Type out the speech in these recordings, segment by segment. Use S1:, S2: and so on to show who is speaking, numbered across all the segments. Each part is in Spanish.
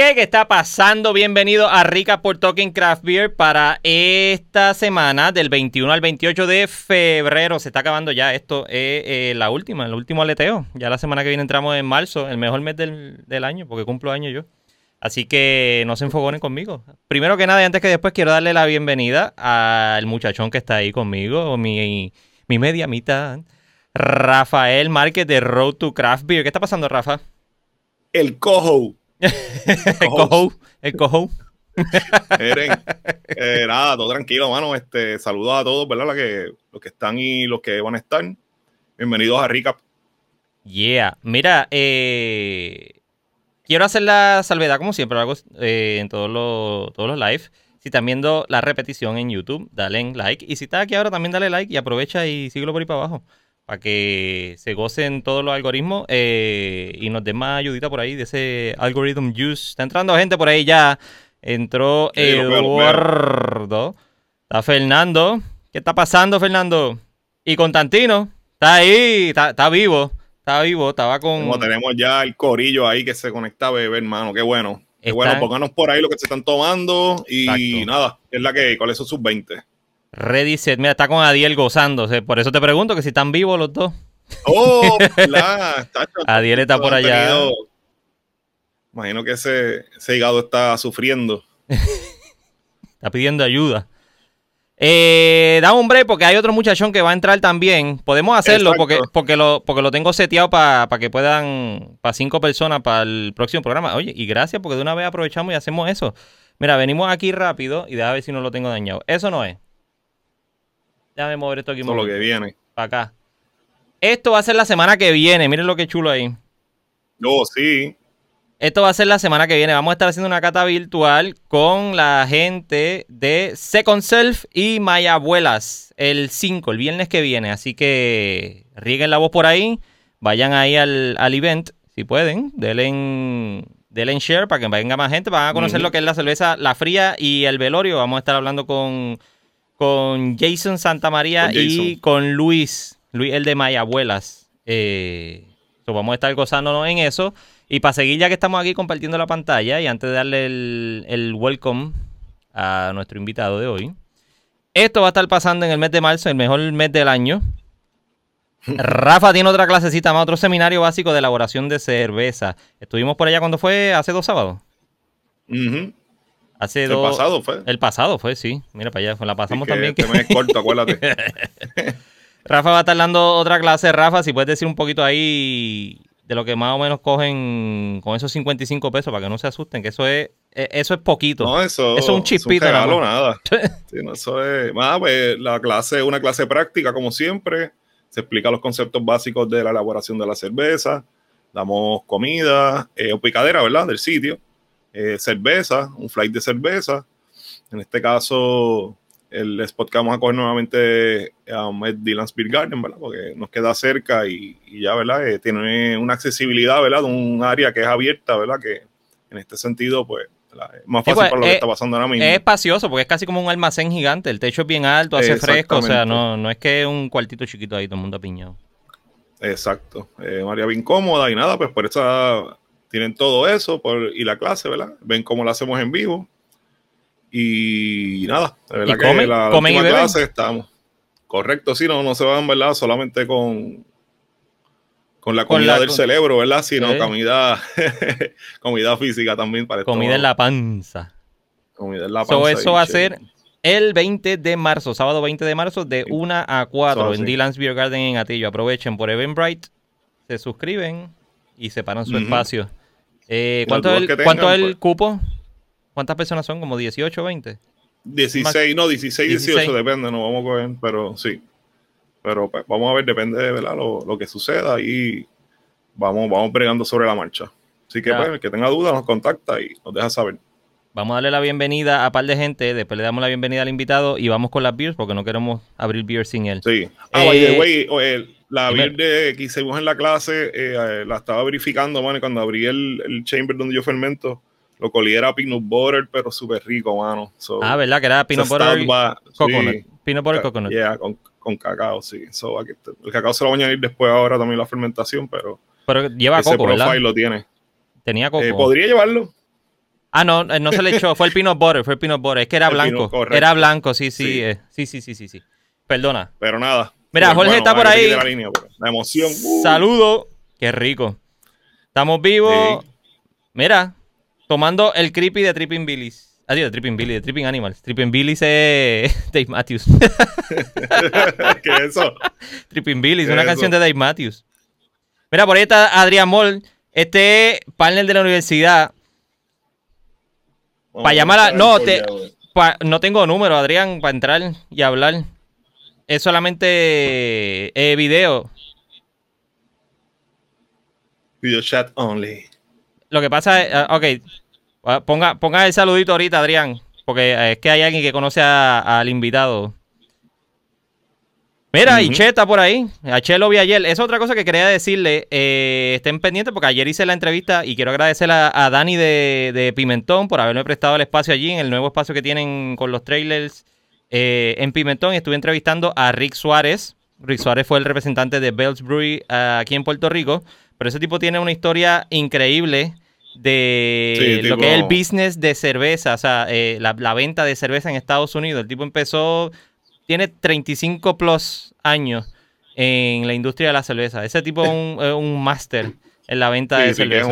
S1: ¿Qué está pasando? Bienvenido a Rica por Talking Craft Beer para esta semana del 21 al 28 de febrero. Se está acabando ya esto, el último aleteo. Ya la semana que viene entramos en marzo, el mejor mes del año, porque cumplo año yo. Así que no se enfogonen conmigo. Primero que nada y antes que después quiero darle la bienvenida al muchachón que está ahí conmigo, mi media mitad, Rafael Márquez de Road to Craft Beer. ¿Qué está pasando, Rafa?
S2: El cojo.
S1: El cojo.
S2: Miren, nada, todo tranquilo, mano. Saludos a todos, ¿verdad? Los que están y los que van a estar. Bienvenidos a Recap.
S1: Yeah. Mira, quiero hacer la salvedad, como siempre lo hago en todos los live. Si están viendo la repetición en YouTube, dale like. Y si estás aquí ahora, también dale like y aprovecha y síguelo por ahí para abajo. Para que se gocen todos los algoritmos y nos den más ayudita por ahí de ese algorithm juice. Está entrando gente por ahí ya. Entró Eduardo. Está Fernando. ¿Qué está pasando, Fernando? Y Constantino. Está ahí. Está vivo. Está vivo. Estaba con...
S2: Tenemos ya el corillo ahí que se conecta a beber, hermano. Qué bueno. Qué bueno. Pónganos por ahí lo que se están tomando. Y exacto. Nada, es la que... ¿Cuáles son sus 20?
S1: Ready set, mira, está con Adiel gozándose. Por eso te pregunto que si están vivos los dos.
S2: ¡Oh!
S1: Adiel está por allá.
S2: Imagino que ese hígado está sufriendo.
S1: Está pidiendo ayuda. Da un break porque hay otro muchachón que va a entrar también. Podemos hacerlo porque lo tengo seteado para que puedan, para 5 personas para el próximo programa. Oye, y gracias porque de una vez aprovechamos y hacemos eso. Mira, venimos aquí rápido y déjame ver si no lo tengo dañado. Eso no es. Déjame mover esto aquí.
S2: Eso es lo que viene.
S1: Para acá. Esto va a ser la semana que viene. Miren lo que chulo ahí.
S2: Oh, sí.
S1: Esto va a ser la semana que viene. Vamos a estar haciendo una cata virtual con la gente de Second Self y Mayabuelas el 5, el viernes que viene. Así que rieguen la voz por ahí. Vayan ahí al event, si pueden. Denle en share para que venga más gente. Van a conocer lo que es la cerveza, la fría y el velorio. Vamos a estar hablando con Jason Santamaría y con Luis, el de Mayabuelas. Vamos a estar gozándonos en eso. Y para seguir, ya que estamos aquí compartiendo la pantalla y antes de darle el welcome a nuestro invitado de hoy, esto va a estar pasando en el mes de marzo, el mejor mes del año. Rafa tiene otra clasecita más, otro seminario básico de elaboración de cerveza. Estuvimos por allá cuando fue, hace 2 sábados.
S2: El pasado fue.
S1: El pasado fue, sí. Mira para allá, la pasamos también.
S2: Este mes es corto, acuérdate.
S1: Rafa va a estar dando otra clase. Rafa, si puedes decir un poquito ahí de lo que más o menos cogen con esos 55 pesos para que no se asusten, que eso es poquito.
S2: No, eso
S1: es un chispito.
S2: Es un regalo, nada. Sí, no, eso es... pues, la clase es una clase práctica, como siempre. Se explica los conceptos básicos de la elaboración de la cerveza. Damos comida, o picadera, ¿verdad? Del sitio. Cerveza, un flight de cerveza. En este caso, el spot que vamos a coger nuevamente es Dylan's Beer Garden, ¿verdad? Porque nos queda cerca y ya, ¿verdad? Tiene una accesibilidad, ¿verdad? De un área que es abierta, ¿verdad? Que en este sentido, pues, es más fácil para lo que está pasando ahora mismo.
S1: Es espacioso porque es casi como un almacén gigante. El techo es bien alto, hace fresco. O sea, no es que es un cuartito chiquito ahí, todo el mundo apiñado.
S2: Exacto. Un área bien cómoda y nada, pues por eso tienen todo eso y la clase, ¿verdad? Ven cómo la hacemos en vivo. Y nada, de verdad que la última clase estamos. Correcto, sí, no se van, ¿verdad? Solamente con la comida del cerebro, ¿verdad? Sino comida física también para
S1: comida en la panza.
S2: Comida en la panza.
S1: Eso va a ser el 20 de marzo, sábado 20 de marzo, de 1 a 4 en Dylan's Beer Garden en Atillo. Aprovechen por Eventbrite, se suscriben y separan su espacio. ¿Cuánto es el cupo? ¿Cuántas personas son? ¿Como 18 o 20?
S2: 16, 18, depende, no vamos a coger, pero sí. Pero pues, vamos a ver, depende de ¿verdad? Lo que suceda y vamos bregando sobre la marcha. Así que pues, el que tenga dudas nos contacta y nos deja saber.
S1: Vamos a darle la bienvenida a par de gente, después le damos la bienvenida al invitado y vamos con las beers porque no queremos abrir beers sin él.
S2: Sí. By the way, la beer que hicimos en la clase, la estaba verificando, mano, y cuando abrí el chamber donde yo fermento, lo colí era peanut butter, pero súper rico, mano.
S1: ¿Verdad? Que era peanut butter coconut.
S2: Sí.
S1: Peanut butter coconut.
S2: Yeah, con cacao, sí. El cacao se lo voy a añadir después ahora también la fermentación, pero
S1: lleva coco, ¿verdad?
S2: Ese profile lo tiene.
S1: Tenía coco.
S2: ¿Podría llevarlo?
S1: Ah, no, no se le echó, fue el peanut butter, Es que era
S2: El
S1: blanco.
S2: correcto.
S1: Era blanco, sí.
S2: Sí.
S1: Sí. Perdona.
S2: Pero nada.
S1: Mira, Jorge está por ahí.
S2: La línea, la emoción.
S1: Saludo. Qué rico. Estamos vivos.
S2: Sí.
S1: Mira, tomando el creepy de Tripping Billies. Adiós, de Tripping Billy, de Tripping Animals. Tripping Billies es Dave Matthews.
S2: ¿Qué es eso?
S1: Tripping Billies,
S2: ¿Qué
S1: una
S2: es
S1: canción
S2: eso?
S1: de Dave Matthews. Mira, por ahí está Adrián Moll, este partner de la universidad. Para llamarla. No, no tengo número, Adrián, para entrar y hablar. Es solamente video.
S2: Video chat only.
S1: Lo que pasa es. Ok. Ponga el saludito ahorita, Adrián. Porque es que hay alguien que conoce al invitado. Mira, y Che está por ahí. A Che lo vi ayer. Es otra cosa que quería decirle. Estén pendientes porque ayer hice la entrevista y quiero agradecer a Dani de Pimentón por haberme prestado el espacio allí, en el nuevo espacio que tienen con los trailers en Pimentón. Y estuve entrevistando a Rick Suárez. Rick Suárez fue el representante de Bell's Brewery aquí en Puerto Rico. Pero ese tipo tiene una historia increíble de lo que es el business de cerveza. O sea, la venta de cerveza en Estados Unidos. El tipo empezó... Tiene 35 plus años en la industria de la cerveza. Ese tipo es un máster en la venta de cerveza.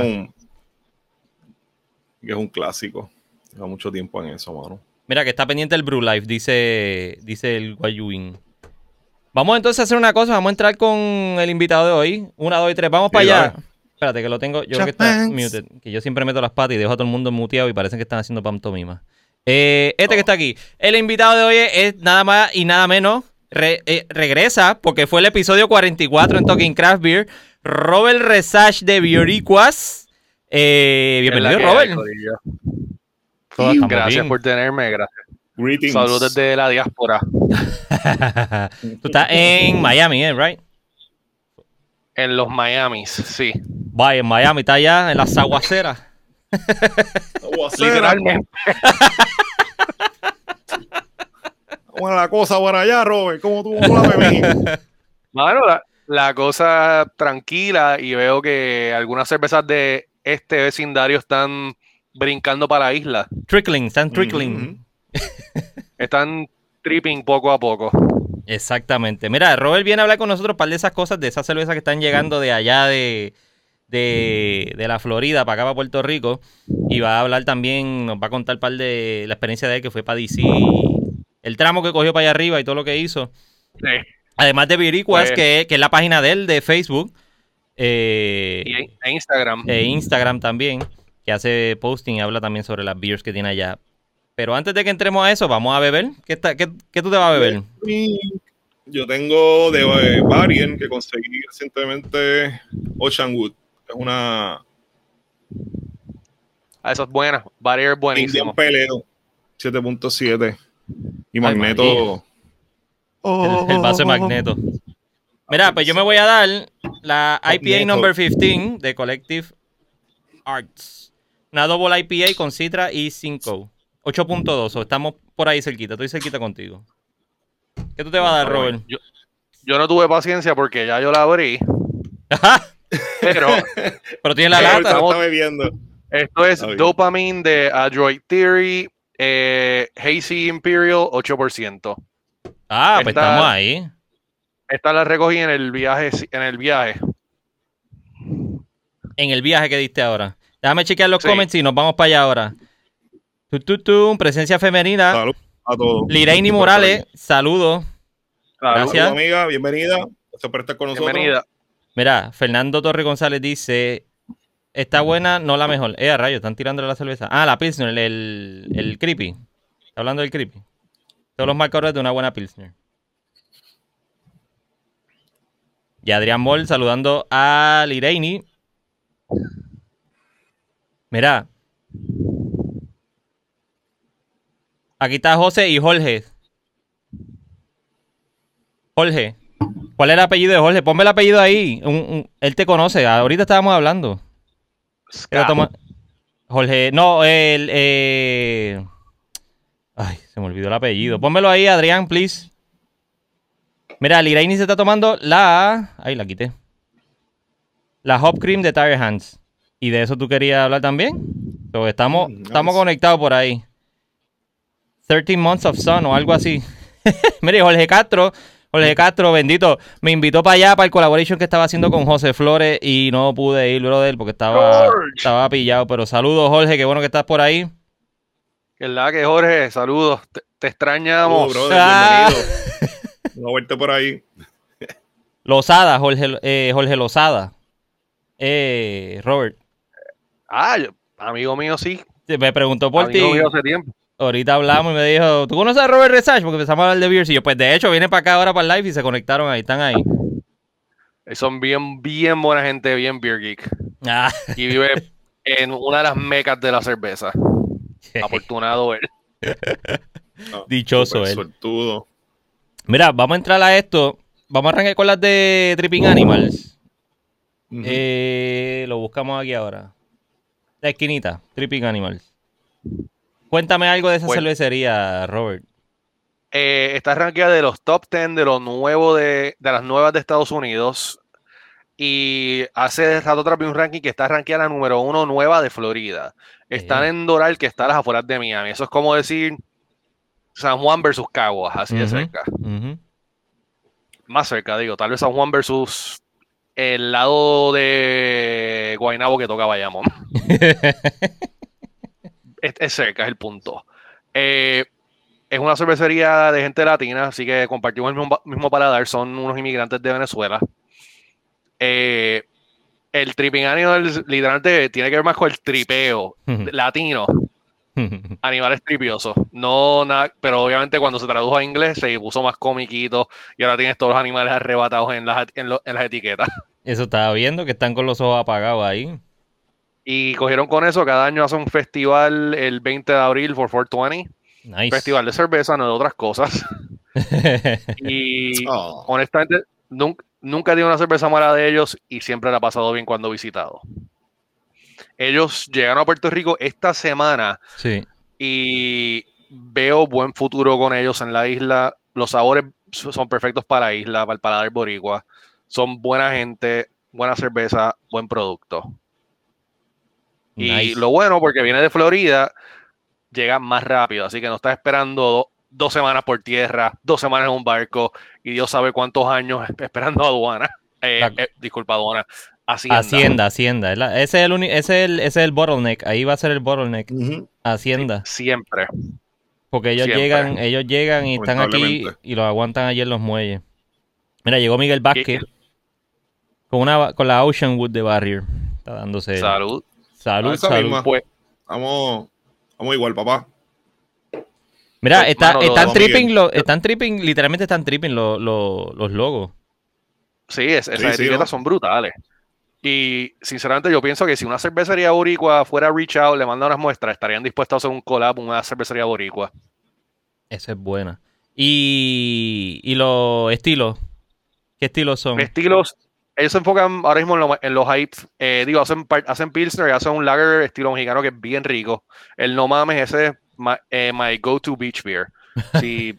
S2: Que es un clásico. Lleva mucho tiempo en eso, mano.
S1: Mira, que está pendiente el Brew Life, dice el Guayuin. Vamos entonces a hacer una cosa. Vamos a entrar con el invitado de hoy. 1, 2 y 3. Vamos para allá. Espérate, que lo tengo. Yo creo que está muted. Que yo siempre meto las patas y dejo a todo el mundo muteado y parece que están haciendo pantomima. Que está aquí. El invitado de hoy es nada más y nada menos. Regresa, porque fue el episodio 44 en Talking Craft Beer. Robert Resach de Bioricuas. Bienvenido, Robert.
S3: Gracias por tenerme, gracias.
S2: Greetings.
S3: Saludos desde la diáspora.
S1: Tú estás en Miami, right?
S3: En los Miamis, sí.
S1: Vaya, en Miami, está allá en las aguaceras.
S3: Literalmente.
S2: ¿Cómo es la cosa por allá, Robert? ¿Cómo tú la ves?
S3: Bueno, la cosa tranquila, y veo que algunas cervezas de este vecindario están brincando para la isla.
S1: Están trickling.
S3: Están tripping poco a poco.
S1: Exactamente. Mira, Robert viene a hablar con nosotros para de esas cosas, de esas cervezas que están llegando de allá de la Florida para acá, para Puerto Rico. Y va a hablar también, nos va a contar un par de la experiencia de él, que fue para DC, el tramo que cogió para allá arriba y todo lo que hizo.
S3: Sí.
S1: Además de Bioricuas, que es la página de él de Facebook.
S3: Y Instagram.
S1: E Instagram también, que hace posting y habla también sobre las beers que tiene allá. Pero antes de que entremos a eso, vamos a beber. ¿Qué tú te vas a beber?
S2: Yo tengo de Varian que conseguí recientemente, Oceanwood. Es una...
S3: Esa es buena. Barrier es buenísimo.
S2: Peleo 7.7 y Magneto.
S1: El vaso de Magneto. Mira, pues yo me voy a dar la IPA number 15 de Collective Arts. Una double IPA con Citra y Simcoe. 8.2, o estamos por ahí cerquita. Estoy cerquita contigo. ¿Qué tú te vas a dar, Robert?
S3: Yo no tuve paciencia porque ya yo la abrí. Pero
S1: tiene la lata.
S2: Está bebiendo.
S3: Esto es Dopamine de Android Theory, Hazy Imperial, 8%.
S1: Pues estamos ahí.
S3: Esta la recogí en el viaje. En el
S1: viaje que diste ahora. Déjame chequear los comments y nos vamos para allá ahora. Presencia femenina.
S2: Salud a todos.
S1: Lireini Morales, saludos. Gracias.
S2: Saludos, amiga, bienvenida. Gracias por estar con nosotros.
S3: Bienvenida.
S1: Mira, Fernando Torre González dice: está buena, no la mejor. A rayos, están tirándole la cerveza. La Pilsner, el Creepy. Está hablando del Creepy. Todos los marcadores de una buena Pilsner. Y Adrián Moll saludando a Lireini. Mira. Aquí está José y Jorge. Jorge. ¿Cuál es el apellido de Jorge? Ponme el apellido ahí. Él te conoce. Ahorita estábamos hablando. Jorge. No, Ay, se me olvidó el apellido. Pónmelo ahí, Adrián, please. Mira, Liraini se está tomando Ahí la quité. La Hop Cream de Tire Hands. ¿Y de eso tú querías hablar también? So, estamos
S2: Nice.
S1: conectados por ahí. 13 Months of Sun o algo así. Mire, Jorge Castro, bendito, me invitó para allá, para el collaboration que estaba haciendo con José Flores y no pude ir, brother, porque estaba pillado. Pero saludos, Jorge, qué bueno que estás por ahí.
S3: ¿Verdad que Jorge? Saludos, te extrañamos.
S2: Brother, bienvenido. Una vuelta por ahí.
S1: Lozada, Jorge Lozada. Robert.
S3: Amigo mío, sí.
S1: Me preguntó por ti.
S3: Amigo mío hace tiempo.
S1: Ahorita hablamos y me dijo, ¿tú conoces a Robert Resach? Porque empezamos a hablar de beers. Y yo, pues de hecho, viene para acá ahora para el live y se conectaron ahí, están ahí.
S3: Son bien buena gente, bien beer geek.
S1: Ah.
S3: Y vive en una de las mecas de la cerveza. Afortunado él.
S1: Dichoso él.
S2: Suertudo.
S1: Mira, vamos a entrar a esto. Vamos a arrancar con las de Tripping Animals. Lo buscamos aquí ahora. La esquinita, Tripping Animals. Cuéntame algo de esa cervecería, Robert.
S3: Está rankeada de los top 10 de lo nuevo de las nuevas de Estados Unidos. Y hace rato atrás vi un ranking que está rankeada la número 1 nueva de Florida. Están en Doral, que está a las afueras de Miami. Eso es como decir San Juan versus Caguas, así de cerca. Más cerca, digo. Tal vez San Juan versus el lado de Guaynabo que toca Bayamón. Es cerca, es el punto. Es una cervecería de gente latina, así que compartimos el mismo paladar. Son unos inmigrantes de Venezuela. El Tripping Animals literalmente tiene que ver más con el tripeo latino. Animales tripiosos. No, nada, pero obviamente cuando se tradujo a inglés se puso más comiquito y ahora tienes todos los animales arrebatados en las etiquetas.
S1: Eso estaba viendo, que están con los ojos apagados ahí.
S3: Y cogieron con eso. Cada año hace un festival el 20 de abril por 420.
S1: Nice.
S3: Festival de cerveza, no de otras cosas. Y honestamente nunca he tenido una cerveza mala de ellos y siempre la ha pasado bien cuando he visitado. Ellos llegaron a Puerto Rico esta semana.
S1: Sí.
S3: Y veo buen futuro con ellos en la isla. Los sabores son perfectos para la isla, para el paladar boricua. Son buena gente, buena cerveza, buen producto. Nice. Y lo bueno, porque viene de Florida, llega más rápido. Así que no estás esperando 2 semanas por tierra, 2 semanas en un barco y Dios sabe cuántos años esperando aduana. Disculpa, aduana. Hacienda.
S1: Ese es el bottleneck. Ahí va a ser el bottleneck. Hacienda.
S3: Siempre.
S1: Porque ellos llegan y están aquí y los aguantan allí en los muelles. Mira, llegó Miguel Vázquez con la Ocean Wood de Barrier. Está dándose.
S3: Salud.
S2: Pues, vamos igual, papá.
S1: Mira, están tripping, literalmente están tripping los logos.
S3: Sí, esas etiquetas son brutales. Y sinceramente yo pienso que si una cervecería boricua fuera a reach out, le manda unas muestras, estarían dispuestos a hacer un collab con una cervecería boricua.
S1: Esa es buena. Y los estilos, ¿qué estilos son?
S3: Ellos se enfocan ahora mismo en los hypes. Hacen Pilsner y hacen un lager estilo mexicano que es bien rico. El No Mames, ese es my go-to beach beer. Sí,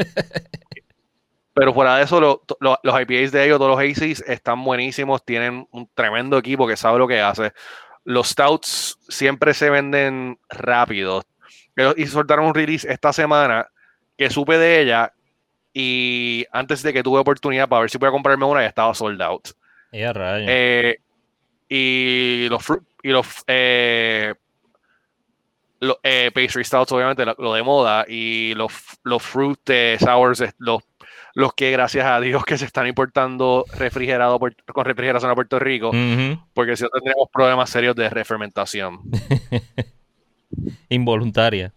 S3: pero fuera de eso, los IPAs de ellos, todos los ACs, están buenísimos. Tienen un tremendo equipo que sabe lo que hace. Los stouts siempre se venden rápido. Y soltaron un release esta semana que supe de ella. Y antes de que tuve oportunidad para ver si podía comprarme una, ya estaba sold out. Y los pastry stouts, obviamente, lo de moda. Y los fruit sours, los que gracias a Dios que se están importando con refrigeración a Puerto Rico, porque si no tendríamos problemas serios de refermentación.
S1: Involuntaria.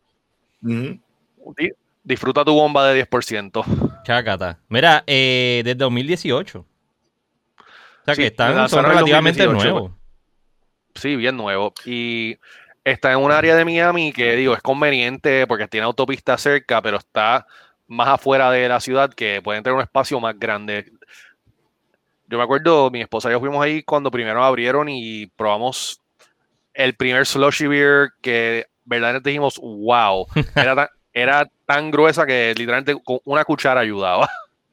S3: Disfruta tu bomba de 10%.
S1: Chácata. Mira, desde 2018. O sea que son relativamente nuevos.
S3: Sí, bien nuevo. Y está en un área de Miami que, es conveniente porque tiene autopista cerca, pero está más afuera de la ciudad, que pueden tener un espacio más grande. Yo me acuerdo, mi esposa y yo fuimos ahí cuando primero abrieron y probamos el primer slushy beer que verdaderamente dijimos, wow, era tan gruesa que literalmente con una cuchara ayudaba.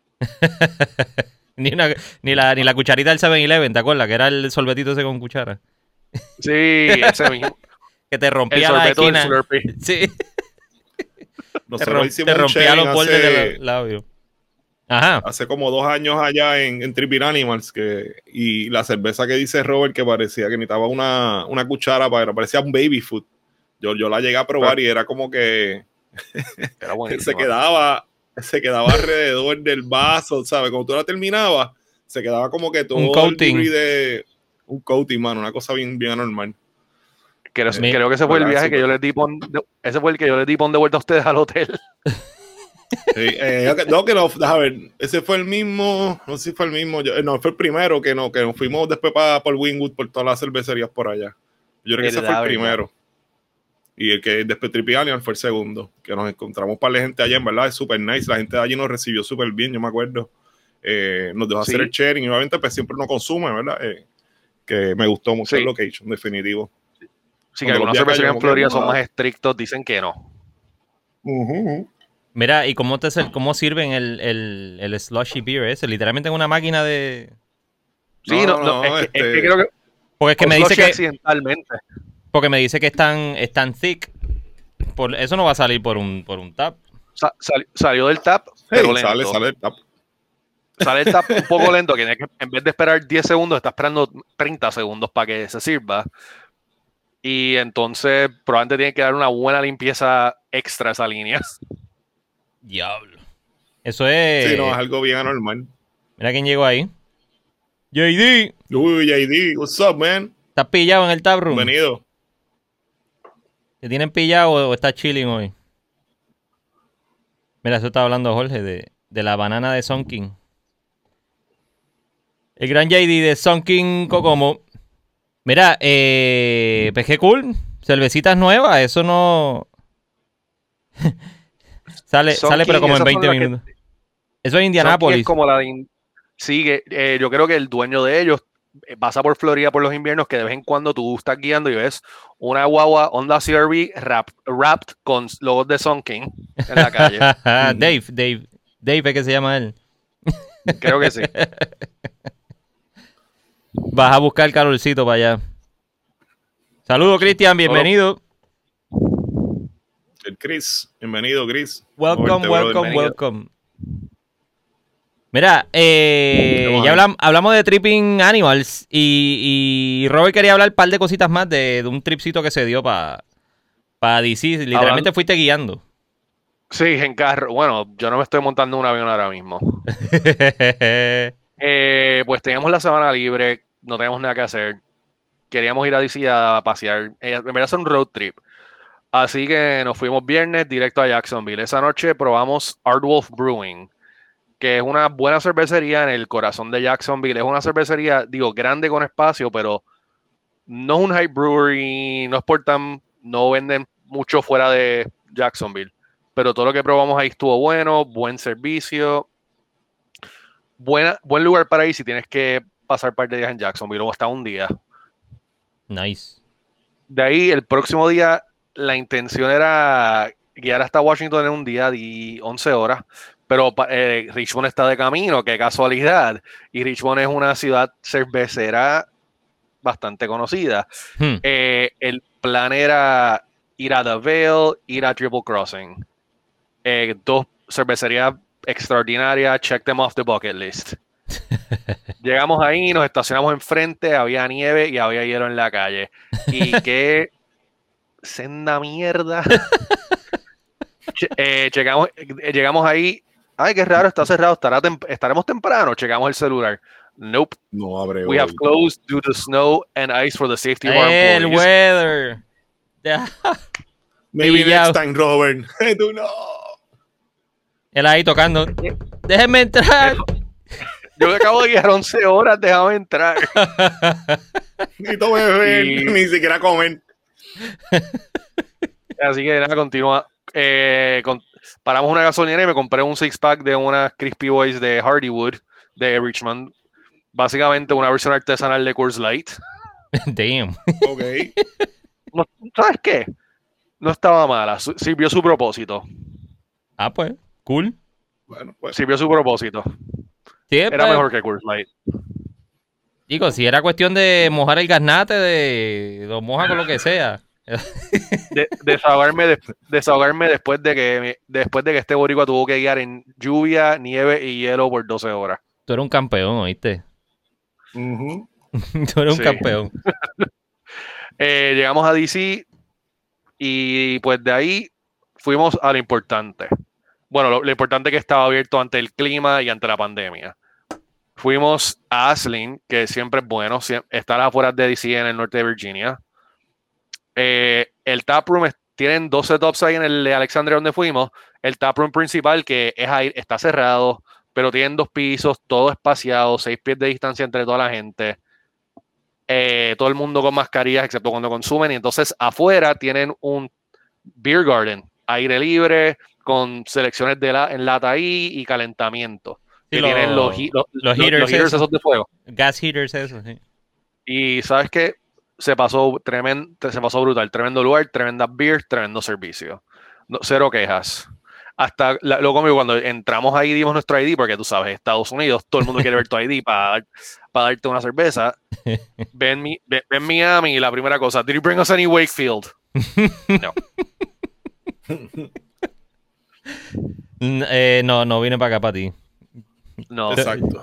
S1: ni la cucharita del 7-Eleven, ¿te acuerdas? Que era el sorbetito ese con cuchara.
S3: Sí, ese mismo.
S1: Que te
S3: El
S1: rompía la
S3: sorbeto del
S1: esquina.
S3: Slurpee.
S1: Sí,
S2: Nosotros hicimos
S1: te
S2: un
S1: rompía
S2: sharing
S1: los bordes de los labios. Ajá.
S2: hace como 2 años allá en Tripping Animals, y la cerveza que dice Robert que parecía que necesitaba una cuchara, parecía un baby food. Yo la llegué a probar y era como que
S3: Era
S2: se
S3: buenísimo.
S2: se quedaba alrededor del vaso, ¿sabes? Cuando tú la terminabas, se quedaba como que todo
S1: Un coating.
S2: un coating, mano, una cosa bien, bien anormal.
S3: Creo que ese fue el viaje que yo les di ese fue el que yo les di de vuelta a ustedes al hotel.
S2: Sí, déjame ver, ese fue el mismo, no sé si fue el mismo, no, fue el primero que nos fuimos después por Wynwood, por todas las cervecerías por allá. Yo creo que ese fue el primero. Y el que después Trippy Animal fue el segundo, que nos encontramos para la gente allá, en verdad, es súper nice, la gente de allí nos recibió súper bien, yo me acuerdo. Nos dejó hacer el sharing, y obviamente pues siempre uno consume, ¿verdad? Que me gustó mucho el location, definitivo.
S3: Sí, que algunas cervecerías en Florida son más estrictos, dicen que no.
S1: Mira, ¿y cómo sirven el slushy beer ese? Literalmente en una máquina de...
S3: Sí, es que creo que...
S1: Porque es que me dice que...
S3: accidentalmente.
S1: Porque me dice que están thick. Eso no va a salir por un tap.
S3: Salió del tap, pero lento.
S2: Sale del tap.
S3: Sale el tap un poco lento, que en vez de esperar 10 segundos, está esperando 30 segundos para que se sirva. Y entonces probablemente tiene que dar una buena limpieza extra a esa línea.
S1: Diablo. Eso es...
S2: Sí, no, es algo bien anormal.
S1: Mira quién llegó ahí. JD.
S2: Uy, JD, what's up, man?
S1: ¿Estás pillado en el tap room?
S2: Bienvenido.
S1: ¿Te tienen pillado o estás chilling hoy? Mira, eso estaba hablando Jorge de la banana de Sun King. El gran JD de Sun King Kokomo. Mira, pues qué cool. Cervecitas nuevas, eso no... sale pero como en 20 minutos. Eso es Indianápolis.
S3: Es como la de... Sí, yo creo que el dueño de ellos pasa por Florida por los inviernos, que de vez en cuando tú estás guiando y ves una guagua Honda CR-V wrapped con logos de Sun King en la calle.
S1: Dave es que se llama él.
S3: Creo que sí.
S1: Vas a buscar calorcito para allá. Saludos, Cristian, bienvenido.
S2: El Chris, bienvenido, Chris.
S1: Welcome. Mira, ya hablamos de Tripping Animals y Robert quería hablar un par de cositas más de un tripcito que se dio para DC. Literalmente fuiste guiando.
S3: Sí, en carro. Bueno, yo no me estoy montando un avión ahora mismo. Pues teníamos la semana libre, no teníamos nada que hacer. Queríamos ir a DC a pasear. En verdad es un road trip. Así que nos fuimos viernes directo a Jacksonville. Esa noche probamos Ardwolf Brewing, que es una buena cervecería en el corazón de Jacksonville. Es una cervecería, digo, grande con espacio, pero no es un high brewery, no venden mucho fuera de Jacksonville. Pero todo lo que probamos ahí estuvo bueno, buen servicio, buen lugar para ir si tienes que pasar un par de días en Jacksonville o hasta un día.
S1: Nice.
S3: De ahí, el próximo día, la intención era guiar hasta Washington en un día de 11 horas, pero Richmond está de camino, qué casualidad. Y Richmond es una ciudad cervecera bastante conocida. El plan era ir a The Vale, ir a Triple Crossing. Dos cervecerías extraordinarias, check them off the bucket list. Llegamos ahí, nos estacionamos enfrente, había nieve y había hielo en la calle. Y qué senda mierda. Llegamos ahí. Ay, qué raro, está cerrado. ¿Estaremos temprano? Checamos el celular. Nope.
S2: No abre.
S3: We have closed due to snow and ice for the safety of our
S1: employees. El weather.
S2: Maybe next time, Robert. Tú no.
S1: Él ahí tocando. Déjenme entrar.
S3: Yo me acabo de guiar 11 horas, déjame entrar.
S2: Ni tomé beber, ni siquiera comer.
S3: Así que nada, continúa. Paramos una gasolinera y me compré un 6-pack de unas Crispy Boys de Hardywood de Richmond. Básicamente una versión artesanal de Coors Light.
S1: Damn.
S2: Ok.
S3: No, ¿sabes qué? No estaba mala. Sirvió su propósito.
S1: Ah, pues. Cool.
S2: Bueno, pues.
S3: Sirvió su propósito.
S1: Sí,
S3: era mejor que Coors Light.
S1: Digo, si era cuestión de mojar el gaznate, lo moja con lo que sea.
S3: Desahogarme después de que este boricua tuvo que guiar en lluvia, nieve y hielo por 12 horas.
S1: Tú eres un campeón, ¿oíste?
S2: Ujú.
S1: Tú eres un
S3: Sí.
S1: campeón.
S3: Llegamos a DC y pues de ahí fuimos a lo importante. Bueno, lo importante que estaba abierto ante el clima y ante la pandemia. Fuimos a Aslin, que siempre es bueno, está a las afueras de DC en el norte de Virginia. El taproom tienen 2 setups ahí en el de Alexandria donde fuimos. El taproom principal, que es ahí, está cerrado, pero tienen 2 pisos, todo espaciado, 6 pies de distancia entre toda la gente. Todo el mundo con mascarillas, excepto cuando consumen. Y entonces afuera tienen un beer garden, aire libre, con selecciones en lata ahí y calentamiento.
S1: Sí,
S3: Que tienen los heaters esos de fuego.
S1: Gas heaters, eso, sí.
S3: Y ¿sabes qué? Se pasó brutal. Tremendo lugar, tremenda beer, tremendo servicio. Cero quejas. Hasta lo cómico, cuando entramos ahí dimos nuestro ID, porque tú sabes, Estados Unidos, todo el mundo quiere ver tu ID para darte una cerveza. Ven Miami y la primera cosa, ¿did you bring us any Wakefield? No.
S1: No vine para acá para ti.
S3: No.
S2: Exacto.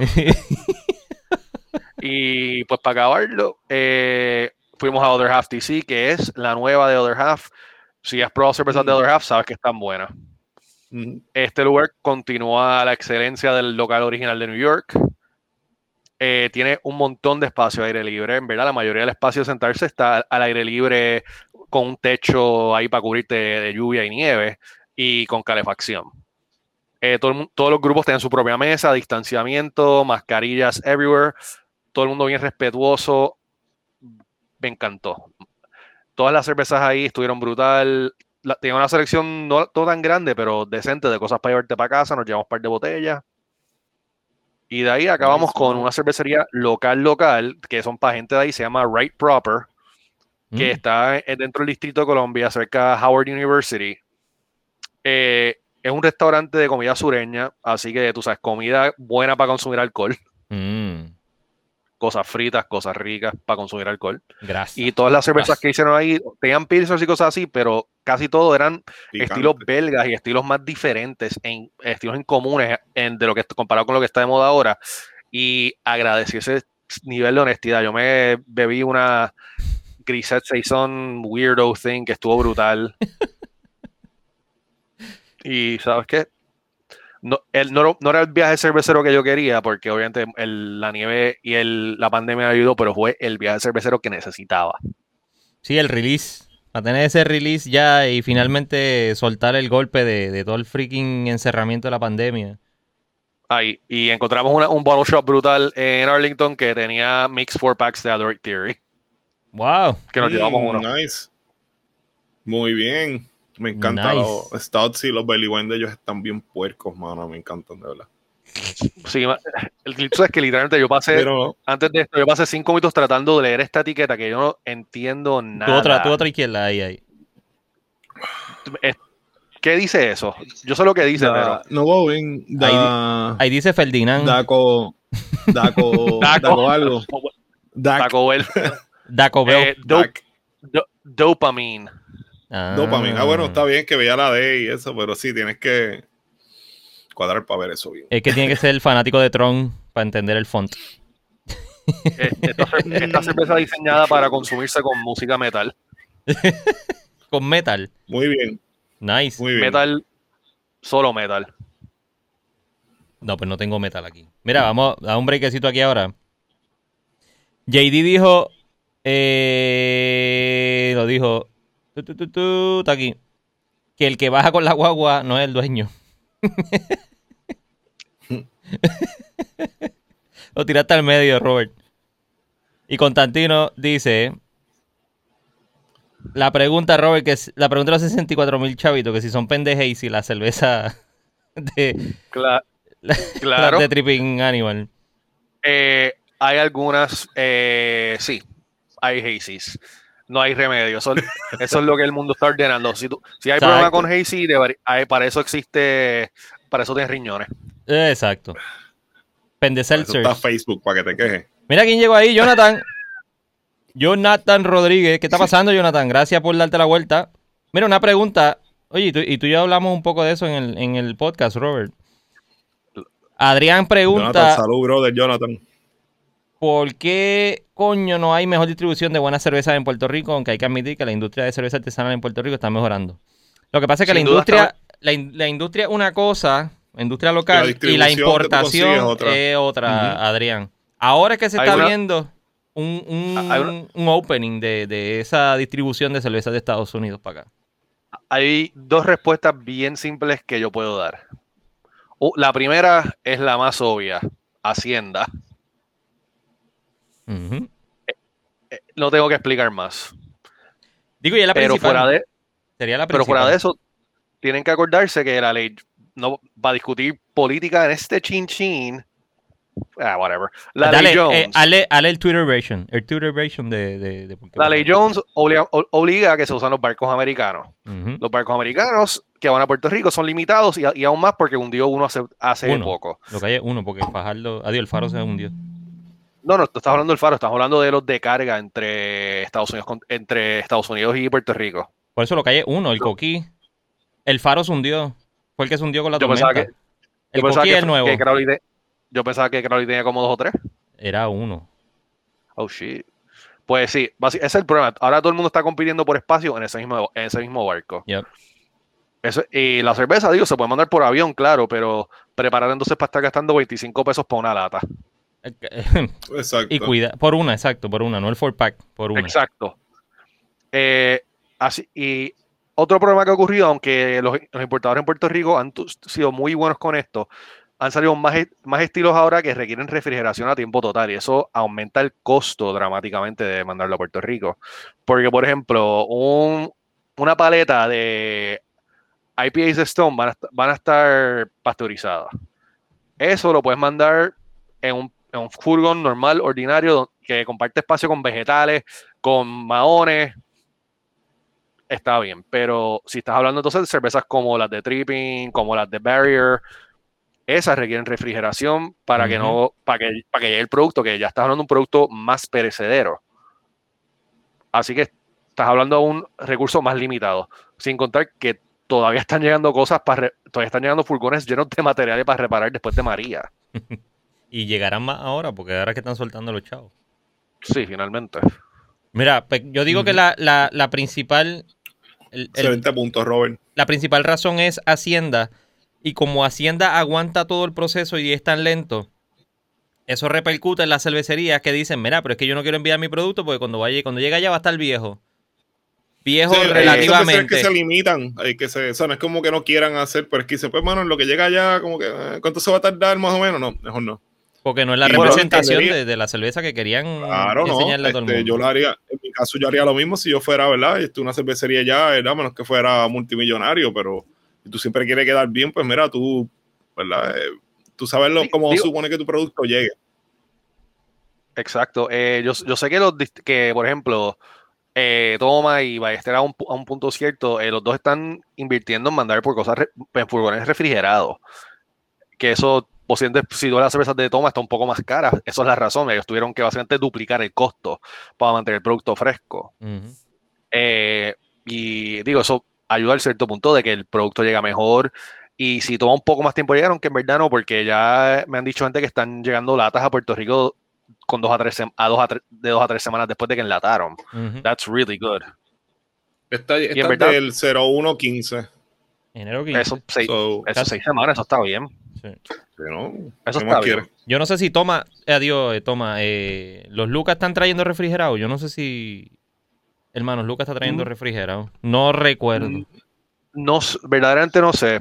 S3: Y pues para acabarlo, fuimos a Other Half DC, que es la nueva de Other Half. Si has probado cervezas de Other Half, sabes que están buenas. Este lugar continúa la excelencia del local original de New York. Tiene un montón de espacio aire libre. En verdad, la mayoría del espacio de sentarse está al aire libre, con un techo ahí para cubrirte de lluvia y nieve y con calefacción. Todos los grupos tienen su propia mesa, distanciamiento, mascarillas everywhere. Todo el mundo bien respetuoso. Me encantó. Todas las cervezas ahí estuvieron brutal. Tenía una selección no tan grande, pero decente de cosas para llevarte para casa. Nos llevamos un par de botellas. Y de ahí acabamos con una cervecería local, que son para gente de ahí, se llama Right Proper, que está dentro del Distrito de Columbia, cerca de Howard University. Es un restaurante de comida sureña, así que tú sabes, comida buena para consumir alcohol. Cosas fritas, cosas ricas para consumir alcohol.
S1: Gracias.
S3: Y todas las cervezas que hicieron ahí tenían pilsners y cosas así, pero casi todo eran estilos belgas y estilos más diferentes, estilos incomunes de lo que comparado con lo que está de moda ahora. Y agradecí ese nivel de honestidad. Yo me bebí una Grisette Saison Weirdo Thing que estuvo brutal. Y ¿sabes qué? No era el viaje cervecero que yo quería, porque obviamente la nieve y la pandemia me ayudó, pero fue el viaje cervecero que necesitaba.
S1: Sí, el release. Para tener ese release ya y finalmente soltar el golpe de todo el freaking encerramiento de la pandemia.
S3: Ahí, y encontramos un bottle shop brutal en Arlington que tenía mix 4-packs de Adoric Theory.
S1: ¡Wow!
S3: Que nos llevamos uno.
S2: Nice. Muy bien. Me encanta los stouts y los belly wine de ellos están bien puercos, mano. Me encantan, de verdad.
S3: Sí, el clip es que literalmente antes de esto, yo pasé 5 minutos tratando de leer esta etiqueta que yo no entiendo nada.
S1: Tu otra izquierda ahí.
S3: ¿Qué dice eso? Yo sé lo que dice, pero...
S2: No going.
S1: Ahí dice Ferdinand.
S2: Daco algo.
S3: Daco Bell.
S1: Daco Bell.
S3: Dopamine.
S2: Dopamine. Bueno, está bien que vea la D y eso, pero sí, tienes que cuadrar para ver eso bien.
S1: Es que tiene que ser el fanático de Tron para entender el font.
S3: Esta cerveza diseñada para consumirse con música metal.
S1: Con metal.
S2: Muy bien.
S1: Nice.
S2: Muy bien.
S3: Metal, solo metal.
S1: No, pues no tengo metal aquí. Mira, vamos a un breakcito aquí ahora. JD dijo... lo dijo... Está aquí. Que el que baja con la guagua no es el dueño. Lo tiraste al medio, Robert. Y Constantino dice... La pregunta, Robert, la pregunta de los 64,000 chavitos, que si son pendejes y la cerveza de...
S3: Claro.
S1: De Tripping Animal.
S3: Hay algunas... sí, hay hazies. No hay remedio. Eso es lo que el mundo está ordenando. Si hay problema con hazy, para eso existe... Para eso tienes riñones.
S1: Exacto. Pendeseltzers.
S2: Está Facebook para que te quejes.
S1: Mira quién llegó ahí, Jonathan. Jonathan Rodríguez. ¿Qué está pasando, Jonathan? Gracias por darte la vuelta. Mira, una pregunta. Oye, tú y yo hablamos un poco de eso en el podcast, Robert. Adrián pregunta...
S2: Jonathan, salud, brother, Jonathan.
S1: ¿Por qué, coño, no hay mejor distribución de buenas cervezas en Puerto Rico? Aunque hay que admitir que la industria de cerveza artesanal en Puerto Rico está mejorando. Lo que pasa es que la industria es una cosa, la industria local, y la importación es otra, Adrián. Ahora es que se está viendo un opening de esa distribución de cervezas de Estados Unidos para acá.
S3: Hay dos respuestas bien simples que yo puedo dar. La primera es la más obvia, Hacienda. No tengo que explicar más.
S1: Digo, y es la principal. Sería la principal.
S3: Pero fuera de eso, tienen que acordarse que la ley no va a discutir política en este chin. Whatever. La ley Jones.
S1: Hazle el Twitter version. El Twitter version de
S3: la ley Jones obliga a que se usan los barcos americanos. Los barcos americanos que van a Puerto Rico son limitados y aún más porque hundió uno hace poco.
S1: Lo que hay es uno, porque Fajardo, el Faro se hundió.
S3: No, tú estás hablando del Faro, estás hablando de los de carga entre Estados Unidos y Puerto Rico.
S1: Por eso lo que hay es uno, el Coquí. El Faro se hundió. Fue el que se hundió con la tormenta. El Coquí es el nuevo.
S3: Yo pensaba que Crowley tenía como 2 o 3.
S1: Era uno.
S3: Oh, shit. Pues sí, ese es el problema. Ahora todo el mundo está compitiendo por espacio en ese mismo barco.
S1: Yep.
S3: Y la cerveza, digo, se puede mandar por avión, claro, pero preparar entonces para estar gastando 25 pesos por una lata.
S2: Exacto.
S1: Y por una, no el 4-pack, por una.
S3: Exacto. Y otro problema que ha ocurrido, aunque los importadores en Puerto Rico han sido muy buenos con esto, han salido más estilos ahora que requieren refrigeración a tiempo total y eso aumenta el costo dramáticamente de mandarlo a Puerto Rico. Porque, por ejemplo, una paleta de IPAs de Stone van a estar pasteurizadas. Eso lo puedes mandar en un furgón normal, ordinario, que comparte espacio con vegetales, con mahones. Está bien, pero si estás hablando entonces de cervezas como las de Tripping, como las de Barrier, esas requieren refrigeración para que llegue el producto, que ya estás hablando de un producto más perecedero. Así que estás hablando de un recurso más limitado, sin contar que todavía están llegando todavía están llegando furgones llenos de materiales para reparar después de María.
S1: Y llegarán más ahora, porque ahora es que están soltando los chavos.
S3: Sí, finalmente.
S1: Mira, yo digo que la principal...
S2: Excelente punto, Robert.
S1: La principal razón es Hacienda. Y como Hacienda aguanta todo el proceso y es tan lento, eso repercute en las cervecerías que dicen, mira, pero es que yo no quiero enviar mi producto porque cuando llegue allá va a estar viejo. Viejo sí, relativamente.
S2: Es que se limitan, no es como que no quieran hacer, pero es que dice, pues, mano, en lo que llega allá, como que, ¿cuánto se va a tardar más o menos? No, mejor no.
S1: Porque no es la representación de la cerveza que querían enseñarle a todo el mundo.
S2: Yo lo haría, en mi caso yo haría lo mismo si yo fuera, ¿verdad? Una cervecería ya, ¿verdad? Menos que fuera multimillonario, pero si tú siempre quieres quedar bien, pues mira, tú, ¿verdad? Tú sabes cómo supone que tu producto llegue.
S3: Exacto. Yo sé que, por ejemplo, Toma y Ballester a un punto cierto, los dos están invirtiendo en mandar por cosas en furgones refrigerados. Que eso, si todas las cervezas de Toma está un poco más cara, eso es la razón. Ellos tuvieron que básicamente duplicar el costo para mantener el producto fresco. Y digo, eso ayuda al cierto punto de que el producto llega mejor. Y si toma un poco más tiempo llegaron, que en verdad no, porque ya me han dicho gente que están llegando latas a Puerto Rico con de 2 a 3 semanas después de que enlataron. That's really good.
S2: Está del 01-15.
S1: Enero 15.
S3: Eso 6 semanas, eso está bien.
S1: Sí.
S2: ¿No?
S3: Eso está bien.
S1: Yo no sé si los Lucas están trayendo refrigerado. Yo no sé si hermanos Lucas está trayendo refrigerado. No recuerdo.
S3: No, verdaderamente no sé.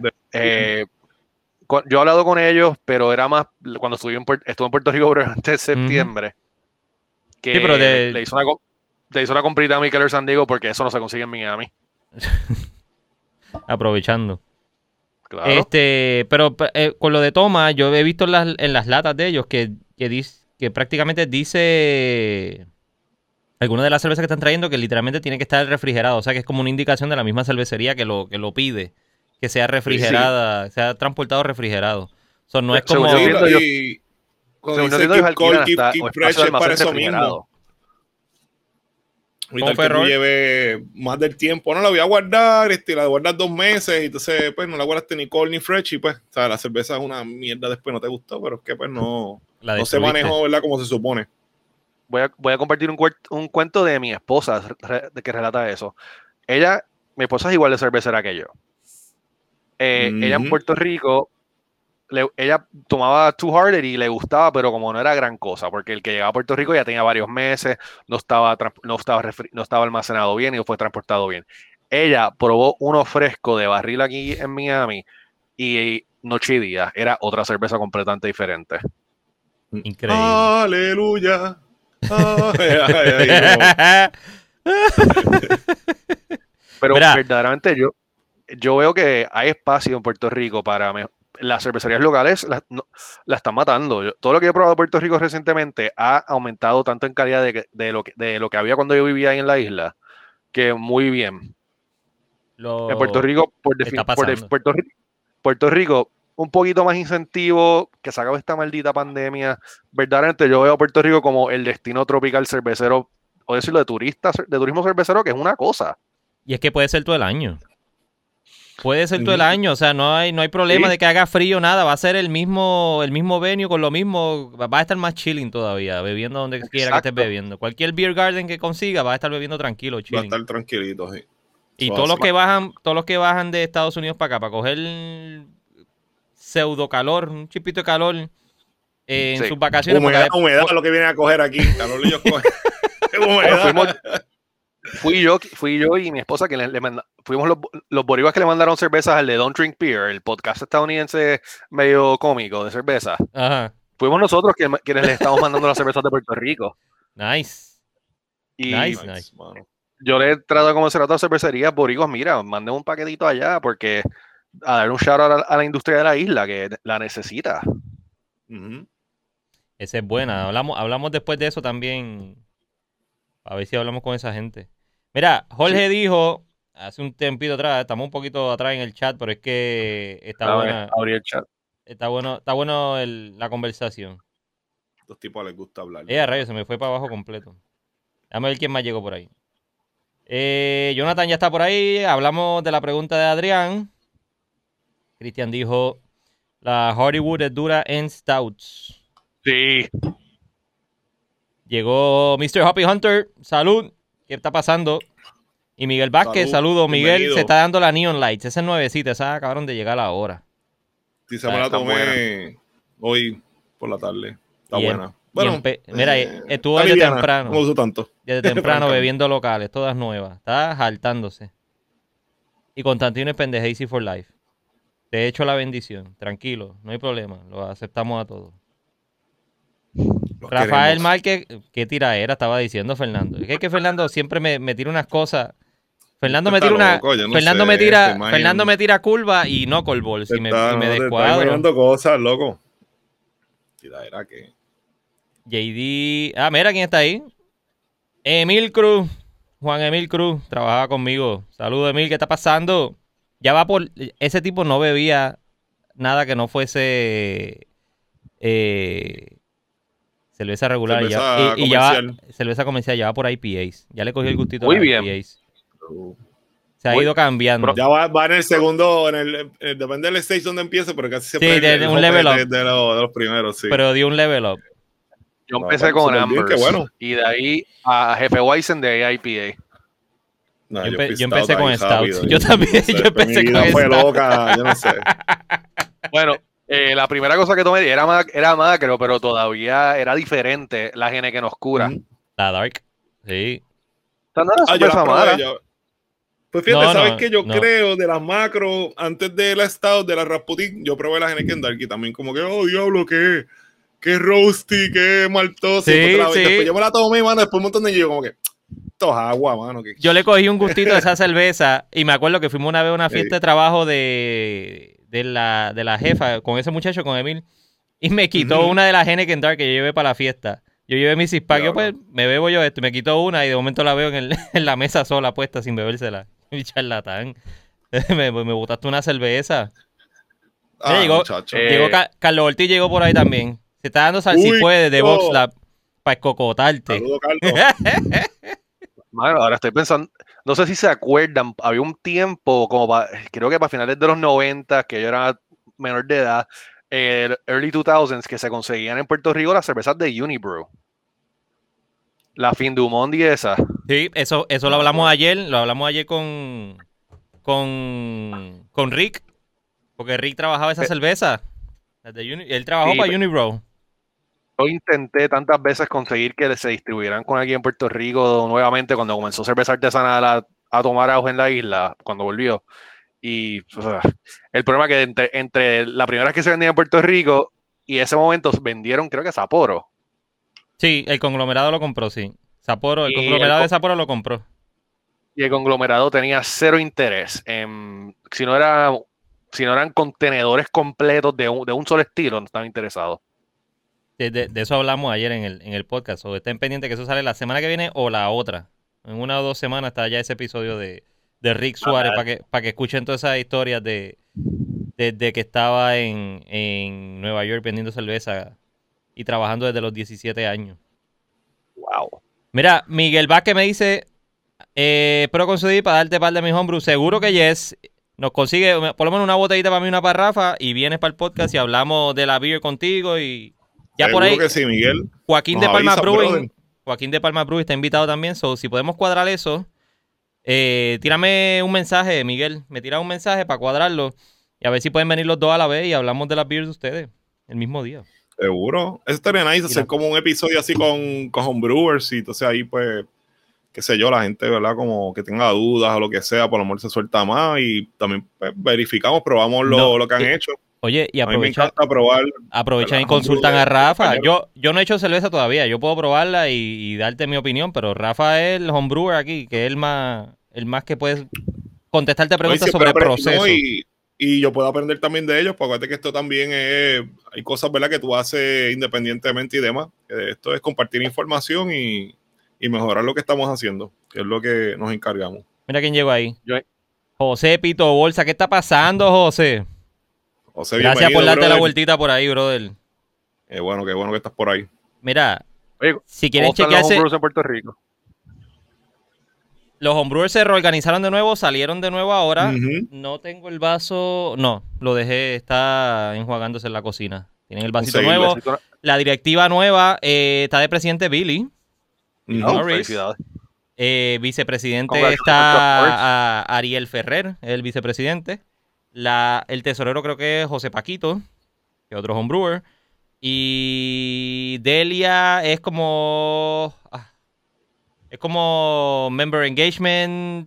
S3: Yo he hablado con ellos, pero era más cuando estuve en Puerto Rico durante septiembre. Que sí, pero le hizo una comprita a mi Keller San Diego porque eso no se consigue en Miami.
S1: Aprovechando.
S3: Claro.
S1: Pero con lo de Toma, yo he visto en las latas de ellos que prácticamente dice alguna de las cervezas que están trayendo que literalmente tiene que estar refrigerado. O sea que es como una indicación de la misma cervecería que lo pide. Que sea refrigerada, sí. Sea transportado refrigerado. So, no es como...
S2: Cuando dice keep fresh es para eso mismo. Ahorita el que tú lleve más del tiempo, no la voy a guardar, la guardas 2 meses, y entonces pues no la guardaste ni cold ni fresh, y pues, o sea, la cerveza es una mierda, después no te gustó, pero es que pues no se manejó, ¿verdad? Como se supone.
S3: Voy a compartir un cuento de mi esposa que relata eso. Mi esposa es igual de cervecera que yo. Ella en Puerto Rico, ella tomaba Two Hearted y le gustaba, pero como no era gran cosa, porque el que llegaba a Puerto Rico ya tenía varios meses, no estaba almacenado bien y fue transportado bien. Ella probó uno fresco de barril aquí en Miami y noche y día era otra cerveza completamente diferente.
S1: Increíble.
S2: Aleluya.
S3: Pero verdaderamente yo veo que hay espacio en Puerto Rico para las cervecerías locales, la están matando. Todo lo que he probado en Puerto Rico recientemente ha aumentado tanto en calidad de lo que había cuando yo vivía ahí en la isla, que muy bien. En Puerto Rico, Puerto Rico, un poquito más incentivo, que se acabe esta maldita pandemia. Verdaderamente yo veo a Puerto Rico como el destino tropical cervecero, o decirlo de turismo cervecero, que es una cosa.
S1: Y es que puede ser todo el año. Puede ser todo el año, o sea, no hay problema de que haga frío, nada, va a ser el mismo venue con lo mismo, va a estar más chilling todavía, bebiendo donde quiera que estés bebiendo. Cualquier beer garden que consiga va a estar bebiendo tranquilo, chilling.
S2: Va a estar tranquilito, sí.
S1: Y todos los que bajan de Estados Unidos para acá, para coger pseudo calor, un chipito de calor en sus vacaciones.
S2: Humedad lo que vienen a coger aquí, calor ellos cogen.
S3: Fui yo y mi esposa que fuimos los boricuas que le mandaron cervezas al de Don't Drink Beer, el podcast estadounidense medio cómico de cerveza.
S1: Ajá.
S3: Fuimos nosotros quienes le estamos mandando las cervezas de Puerto Rico.
S1: Nice.
S3: Y
S1: nice.
S3: Yo le he tratado de convencer a otras cervecerías boricuas, mira, manden un paquetito allá porque a dar un shout out a la industria de la isla que la necesita.
S1: Esa es buena. Hablamos después de eso también. A ver si hablamos con esa gente. Mira, Jorge dijo hace un tiempito atrás, estamos un poquito atrás en el chat, pero es que está buena.
S3: Abrí el chat.
S1: Está bueno la conversación.
S2: A estos tipos les gusta hablar.
S1: Rayo, se me fue para abajo completo. Déjame ver quién más llegó por ahí. Jonathan ya está por ahí. Hablamos de la pregunta de Adrián. Cristian dijo, la Hollywood es dura en stouts.
S3: Sí.
S1: Llegó Mr. Hoppy Hunter. Salud. ¿Qué está pasando? Y Miguel Vázquez, saludo. Miguel se está dando la Neon Lights. Esa es nuevecita. Esa acabaron de llegar ahora.
S2: Sí, se me la tomé hoy por la tarde. Está buena.
S1: Bueno, mira, estuvo desde temprano.
S2: No uso tanto.
S1: Desde temprano bebiendo locales, todas nuevas. Está jaltándose. Y Constantino es pendejacy for life. Te he hecho la bendición. Tranquilo, no hay problema. Lo aceptamos a todos. Rafael Márquez, qué tiraera estaba diciendo Fernando. Es que Fernando siempre me tira unas cosas. Fernando me tira Fernando me tira curva y no callball. Si me descuadro.
S2: Está imaginando cosas, loco. Tiraera que.
S1: JD. Mira quién está ahí. Emil Cruz. Juan Emil Cruz. Trabajaba conmigo. Saludos, Emil. ¿Qué está pasando? Ya va por. Ese tipo no bebía nada que no fuese. Cerveza regular.
S2: Cerveza
S1: y ya va, cerveza comercial. Ya va por IPAs. Ya le cogí el gustito
S3: muy
S1: a
S3: bien.
S1: IPAs. Se ha ido cambiando.
S2: Ya va en el segundo, depende del stage donde empiece, pero casi siempre
S1: de un level up.
S2: De los primeros, sí.
S1: Pero dio un level up.
S3: Yo empecé con Ambers, y de ahí a Jefe Weizen de IPA.
S2: No,
S1: yo empecé con Stouts. Yo también,
S2: no sé,
S1: yo empecé con
S2: fue loca, yo no sé.
S3: Bueno, la primera cosa que tomé era macro, pero todavía era diferente la Genequén oscura.
S1: La Dark, sí.
S3: Esta no era super famada.
S2: Pues fíjate, ¿sabes qué? Yo creo de las macro, antes de la Stout, de la Rasputin, yo probé la Genequén Dark y también como que, oh, diablo, qué roasty, qué maltoso.
S1: Sí,
S2: después yo me la tomé, mano, después un montón de yo como que, esto es agua, mano.
S1: Yo le cogí un gustito a esa cerveza y me acuerdo que fuimos una vez a una fiesta de trabajo de la jefa, con ese muchacho, con Emil, y me quitó una de las Heineken Dark que yo llevé para la fiesta. Yo llevé mi six-pack, yo pues me bebo yo esto, y me quitó una y de momento la veo en la mesa sola puesta sin bebérsela. Mi charlatán. me botaste una cerveza. Llegó Carlos Ortiz, llegó por ahí también. Se está dando salsipuede de Vox Lab para escocotarte.
S2: Saludos, Carlos.
S3: Mano, ahora estoy pensando, no sé si se acuerdan, había un tiempo, creo que para finales de los 90, que yo era menor de edad, el early 2000s, que se conseguían en Puerto Rico las cervezas de Unibrew. La Fin du Monde y esa.
S1: Sí, eso lo hablamos ayer con Rick, porque Rick trabajaba esa cerveza. Él trabajó
S3: Sí,
S1: para Unibrow.
S3: yo intenté tantas veces conseguir que se distribuyeran con aquí en Puerto Rico nuevamente cuando comenzó cerveza artesanal a tomar auge en la isla, cuando volvió. Y el problema es que entre la primera vez que se vendía en Puerto Rico y ese momento vendieron, creo que Sapporo.
S1: Sí, el conglomerado lo compró, sí. El
S3: Y
S1: conglomerado de Sapporo lo compró.
S3: y el conglomerado tenía cero interés en, si no eran contenedores completos de un solo estilo, no estaban interesados.
S1: De eso hablamos ayer en el podcast. O estén pendientes que eso sale la semana que viene o la otra. En 1 o 2 semanas está ya ese episodio de Rick Suárez para que escuchen todas esas historias desde que estaba en Nueva York vendiendo cerveza y trabajando desde los 17 años.
S3: Wow.
S1: Mira, Miguel Vázquez me dice, pero conseguí para darte par de mi homebrew. Seguro que yes. Nos consigue por lo menos una botellita para mí, una para Rafa, y vienes para el podcast y hablamos de la beer contigo y ya
S2: Seguro
S1: por ahí.
S2: Que sí, Miguel.
S1: Joaquín
S2: Nos
S1: de Palma
S2: avisa,
S1: Brewing.
S2: brother.
S1: Joaquín de Palma Brewing está invitado también. So, si podemos cuadrar eso, tírame un mensaje, Miguel. Me tira un mensaje para cuadrarlo y a ver si pueden venir los dos a la vez y hablamos de las beers de ustedes el mismo día.
S2: Seguro. Eso estaría nice hacer como un episodio así con homebrewers y entonces ahí pues, qué sé yo, la gente, ¿verdad? Como que tenga dudas o lo que sea, por lo menos se suelta más y también pues, verificamos, probamos lo que han hecho.
S1: Oye, y
S2: a mí me encanta probar.
S1: Aprovechan y consultan a Rafa. Yo no he hecho cerveza todavía. Yo puedo probarla y darte mi opinión, pero Rafa es el homebrewer aquí, que es el más que puede contestarte preguntas sobre el proceso.
S2: Y yo puedo aprender también de ellos, porque acuérdate que esto también es, hay cosas, ¿verdad?, que tú haces independientemente y demás. Esto es compartir información y mejorar lo que estamos haciendo, que es lo que nos encargamos.
S1: Mira quién llegó ahí. José Pito Bolsa. ¿Qué está pasando, José?
S2: José,
S1: gracias por darte la vueltita por ahí, brother.
S2: Qué bueno que estás por ahí.
S1: Mira,
S3: oye,
S1: si quieren chequearse...
S3: los homebrewers en Puerto Rico?
S1: Los homebrewers se reorganizaron de nuevo, salieron de nuevo ahora. No tengo el vaso... No, lo dejé, está enjuagándose en la cocina. Tienen el vasito nuevo. La directiva nueva está de presidente Billy.
S3: Felicidades.
S1: Vicepresidente está Ariel Ferrer, el vicepresidente. El tesorero creo que es José Paquito, que es otro homebrewer. Y Delia es como Member Engagement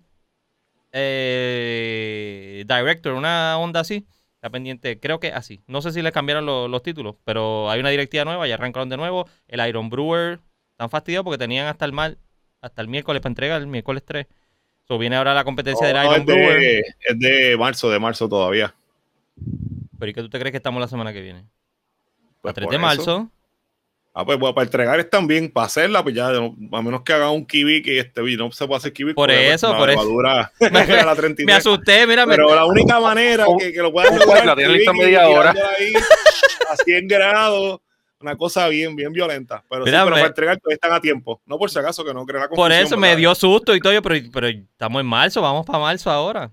S1: Director, una onda así. Está pendiente, creo que así. No sé si le cambiaron los títulos, pero hay una directiva nueva, ya arrancaron de nuevo. El Iron Brewer, están fastidiados porque tenían hasta el miércoles para entregar, el miércoles 3. So, viene ahora la competencia del Iron Brewer.
S2: Es de marzo todavía.
S1: ¿Pero y qué tú te crees que estamos la semana que viene?
S2: Pues
S1: a 3 de marzo.
S2: Pues bueno, para entregar es también, para hacerla, pues ya, a menos que haga un kiwi que no se puede hacer kiwi.
S1: Por eso.
S2: La
S1: me asusté, mira.
S2: Pero la única manera que lo puedan lograr
S3: la tienen lista media hora.
S2: Ahí a 100 grados, una cosa bien violenta. Pero
S1: mira,
S2: sí, pero para entregar todavía están a tiempo. No por si acaso que no crea la confusión.
S1: Por eso me dio susto y todo, pero estamos en marzo, vamos para marzo ahora.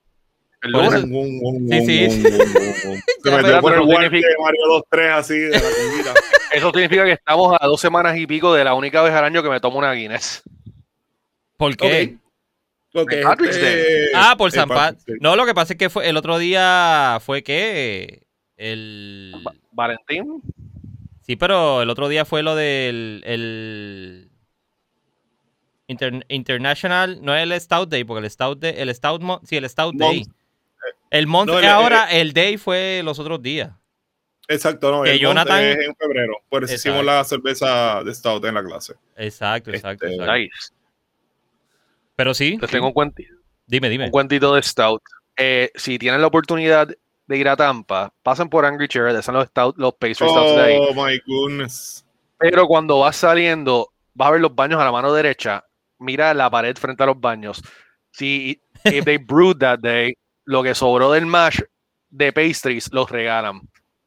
S2: Sí. Se metió por el guardia de Mario 2-3 así de la comida.
S3: Eso significa que estamos a 2 semanas y pico de la única vez al año que me tomo una Guinness.
S1: ¿Por qué?
S2: Porque
S1: por San Patrick's. No, lo que pasa es que el otro día fue que
S3: ¿Valentín?
S1: Sí, pero el otro día fue lo del International, no es el Stout Day, porque el Stout Day, el Stout Day. El month ahora, el Day fue los otros días.
S2: Exacto, no,
S1: el Jonathan
S2: es en febrero. Por eso hicimos la cerveza de Stout en la clase.
S1: Exacto.
S3: Nice.
S1: Pero sí.
S3: Te tengo un cuentito.
S1: Dime.
S3: Un cuentito de Stout. Si tienen la oportunidad de ir a Tampa, pasen por Angry Chair, están los pastry stouts de ahí.
S2: Oh my goodness.
S3: Pero cuando vas saliendo, vas a ver los baños a la mano derecha. Mira la pared frente a los baños. Si if they brewed that day, lo que sobró del mash de pastries los regalan.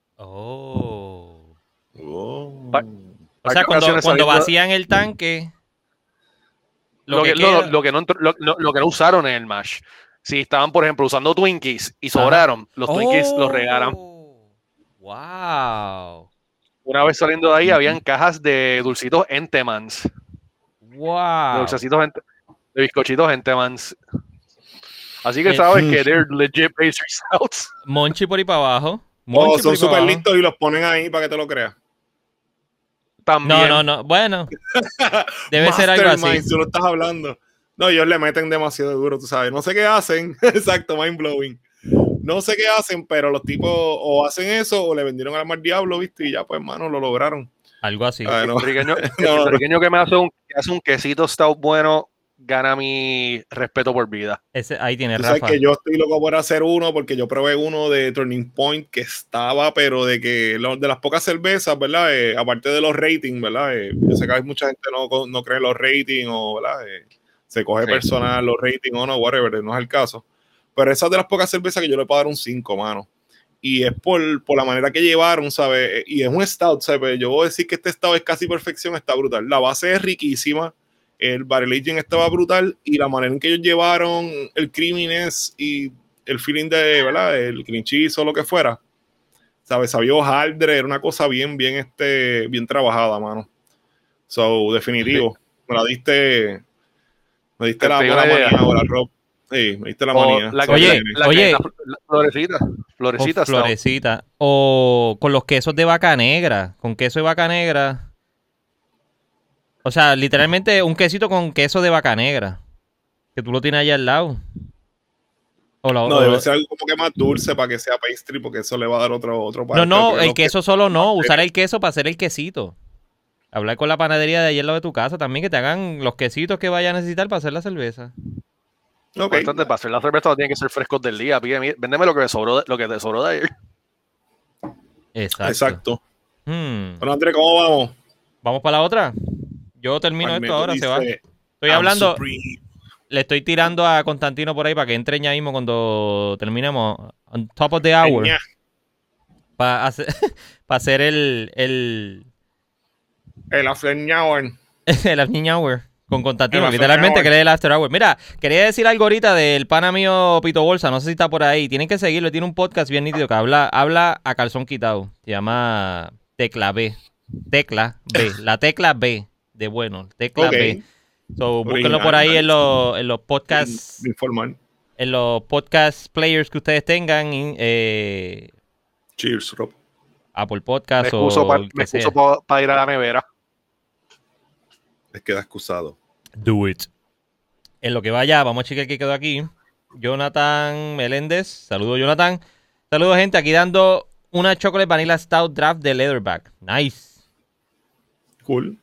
S1: O
S2: sea,
S1: cuando vacían el tanque,
S3: lo que no usaron en el mash. Si estaban, por ejemplo, usando Twinkies y sobraron, los Twinkies los regalan.
S1: ¡Wow!
S3: Una vez saliendo de ahí, habían cajas de dulcitos Entenmann's.
S1: ¡Wow!
S3: De bizcochitos Entenmann's. Así que sabes que they're legit pastry stouts.
S1: Monchi por ahí para abajo.
S2: Son súper listos y los ponen ahí para que te lo creas.
S3: También.
S1: No. Bueno, debe ser algo así.
S2: Tú lo estás hablando. No, ellos le meten demasiado duro, tú sabes. No sé qué hacen. Exacto, mind blowing. No sé qué hacen, pero los tipos o hacen eso o le vendieron al mar diablo, ¿viste? Y ya, pues, hermano, lo lograron.
S1: Algo así.
S3: El puertorriqueño que me hace un quesito stout bueno gana mi respeto por vida.
S1: Ahí tiene
S2: Rafa.
S1: Rafa.
S2: Que yo estoy loco por hacer uno porque yo probé uno de Turning Point que estaba, pero de de las pocas cervezas, ¿verdad? Aparte de los ratings, ¿verdad? Yo sé que hay mucha gente no cree en los ratings o, ¿verdad? Se coge personal los ratings o no, whatever, no es el caso. Pero esa es de las pocas cervezas que yo le puedo dar un 5, mano. Y es por la manera que llevaron, ¿sabes? Y es un stout, ¿sabes? Yo voy a decir que este stout es casi perfección, está brutal. La base es riquísima. El barrel aging estaba brutal y la manera en que ellos llevaron el creaminess y el feeling de, ¿verdad? El cream cheese o lo que fuera, ¿sabes? Sabía hojaldre, era una cosa bien trabajada, mano. So, definitivo. Me diste la manía ahora, Rob. Sí, me diste la manía.
S1: Oye,
S3: florecita.
S1: O con los quesos de vaca negra, con queso de vaca negra. O sea, literalmente un quesito con queso de vaca negra. Que tú lo tienes allá al lado.
S2: Debe ser algo como que más dulce para que sea pastry, porque eso le va a dar otro
S1: No, el queso solo no. Usar el queso para hacer el quesito. Hablar con la panadería de allá al lado de tu casa también, que te hagan los quesitos que vaya a necesitar para hacer la cerveza.
S3: Okay. Para hacer la cerveza tienen que ser frescos del día. Véndeme lo que te sobró de ayer.
S2: Exacto. Bueno, Andrés, ¿cómo vamos?
S1: ¿Vamos para la otra? Yo termino esto ahora, se va. Estoy hablando, le estoy tirando a Constantino por ahí para que entre ya mismo cuando terminemos. On top of the hour. Para hacer el
S2: after hour.
S1: El after hour. Con Constantino, literalmente, que es el after hour. Mira, quería decir algo ahorita del pana mío Pito Bolsa, no sé si está por ahí. Tienen que seguirlo, tiene un podcast bien nítido que habla a calzón quitado. Se llama Tecla B. Tecla B. La tecla B de bueno. Tecla B. So, búsquenlo por ahí en los podcasts. En los podcast players que ustedes tengan.
S2: Cheers, Rob.
S1: Apple Podcast
S3: me excuso para ir a la nevera.
S2: Queda excusado.
S1: Do it. En lo que vaya, vamos a chequear qué quedó aquí. Jonathan Meléndez. Saludos, Jonathan. Saludos, gente. Aquí dando una Chocolate Vanilla Stout Draft de Leatherback. Nice.
S2: Cool.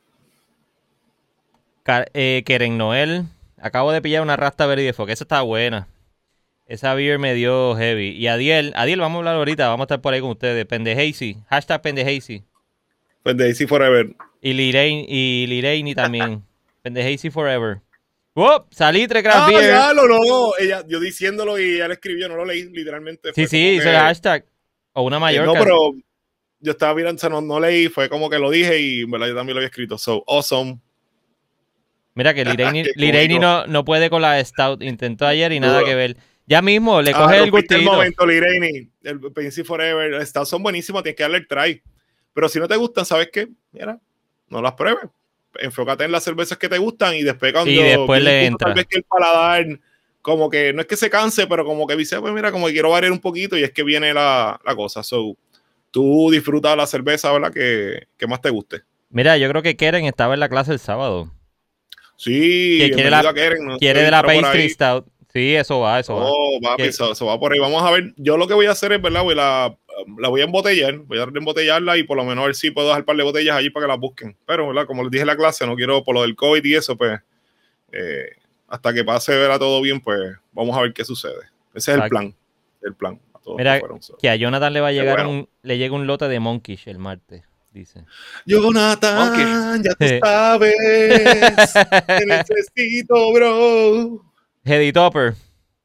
S1: Keren Noel. Acabo de pillar una Rasta Verde de Foque. Esa está buena. Esa beer me dio heavy. Y Adiel, vamos a hablar ahorita. Vamos a estar por ahí con ustedes. Pendejacy. Hashtag Pendejacy.
S2: Pendejacy Forever.
S1: Y Lireini también. Pendejacy Forever. ¡Wop! Salitre Craft Beer.
S2: Ya, yo diciéndolo y ella le escribió, no lo leí literalmente.
S1: Sí, hizo el hashtag. O una Mallorca.
S2: No, pero yo estaba mirando, no leí, fue como que lo dije y en verdad yo también lo había escrito. So, awesome.
S1: Mira que Lireini no puede con la Stout. Intentó ayer y nada que ver. Ya mismo le coge el gustito.
S2: El momento, Lireini. El Pensi Forever. Las Stout son buenísimas, tienes que darle el try. Pero si no te gustan, ¿sabes qué? Mira, no las pruebes. Enfócate en las cervezas que te gustan y después cuando...
S1: Y después le entra.
S2: Tal vez que el paladar, como que, no es que se canse, pero como que dice, pues mira, como que quiero variar un poquito y es que viene la cosa. So, tú disfrutas la cerveza, ¿verdad? Que más te guste.
S1: Mira, yo creo que Keren estaba en la clase el sábado.
S2: Sí,
S1: que quiere de la Pastry Stout. Sí, eso va.
S2: Oh, papi, eso va por ahí. Vamos a ver. Yo lo que voy a hacer es, ¿verdad? La voy a embotellar. Voy a embotellarla y por lo menos a ver si puedo dejar un par de botellas allí para que la busquen. Pero, ¿verdad? Como les dije en la clase, no quiero, por lo del COVID y eso, pues, hasta que pase, verá todo bien, pues, vamos a ver qué sucede. Ese es el plan.
S1: Mira, que a Jonathan le va a llegar le llega un lote de Monkish el martes. Dice.
S2: Jonathan, ya tú sabes. Te necesito, bro.
S1: Heady Topper.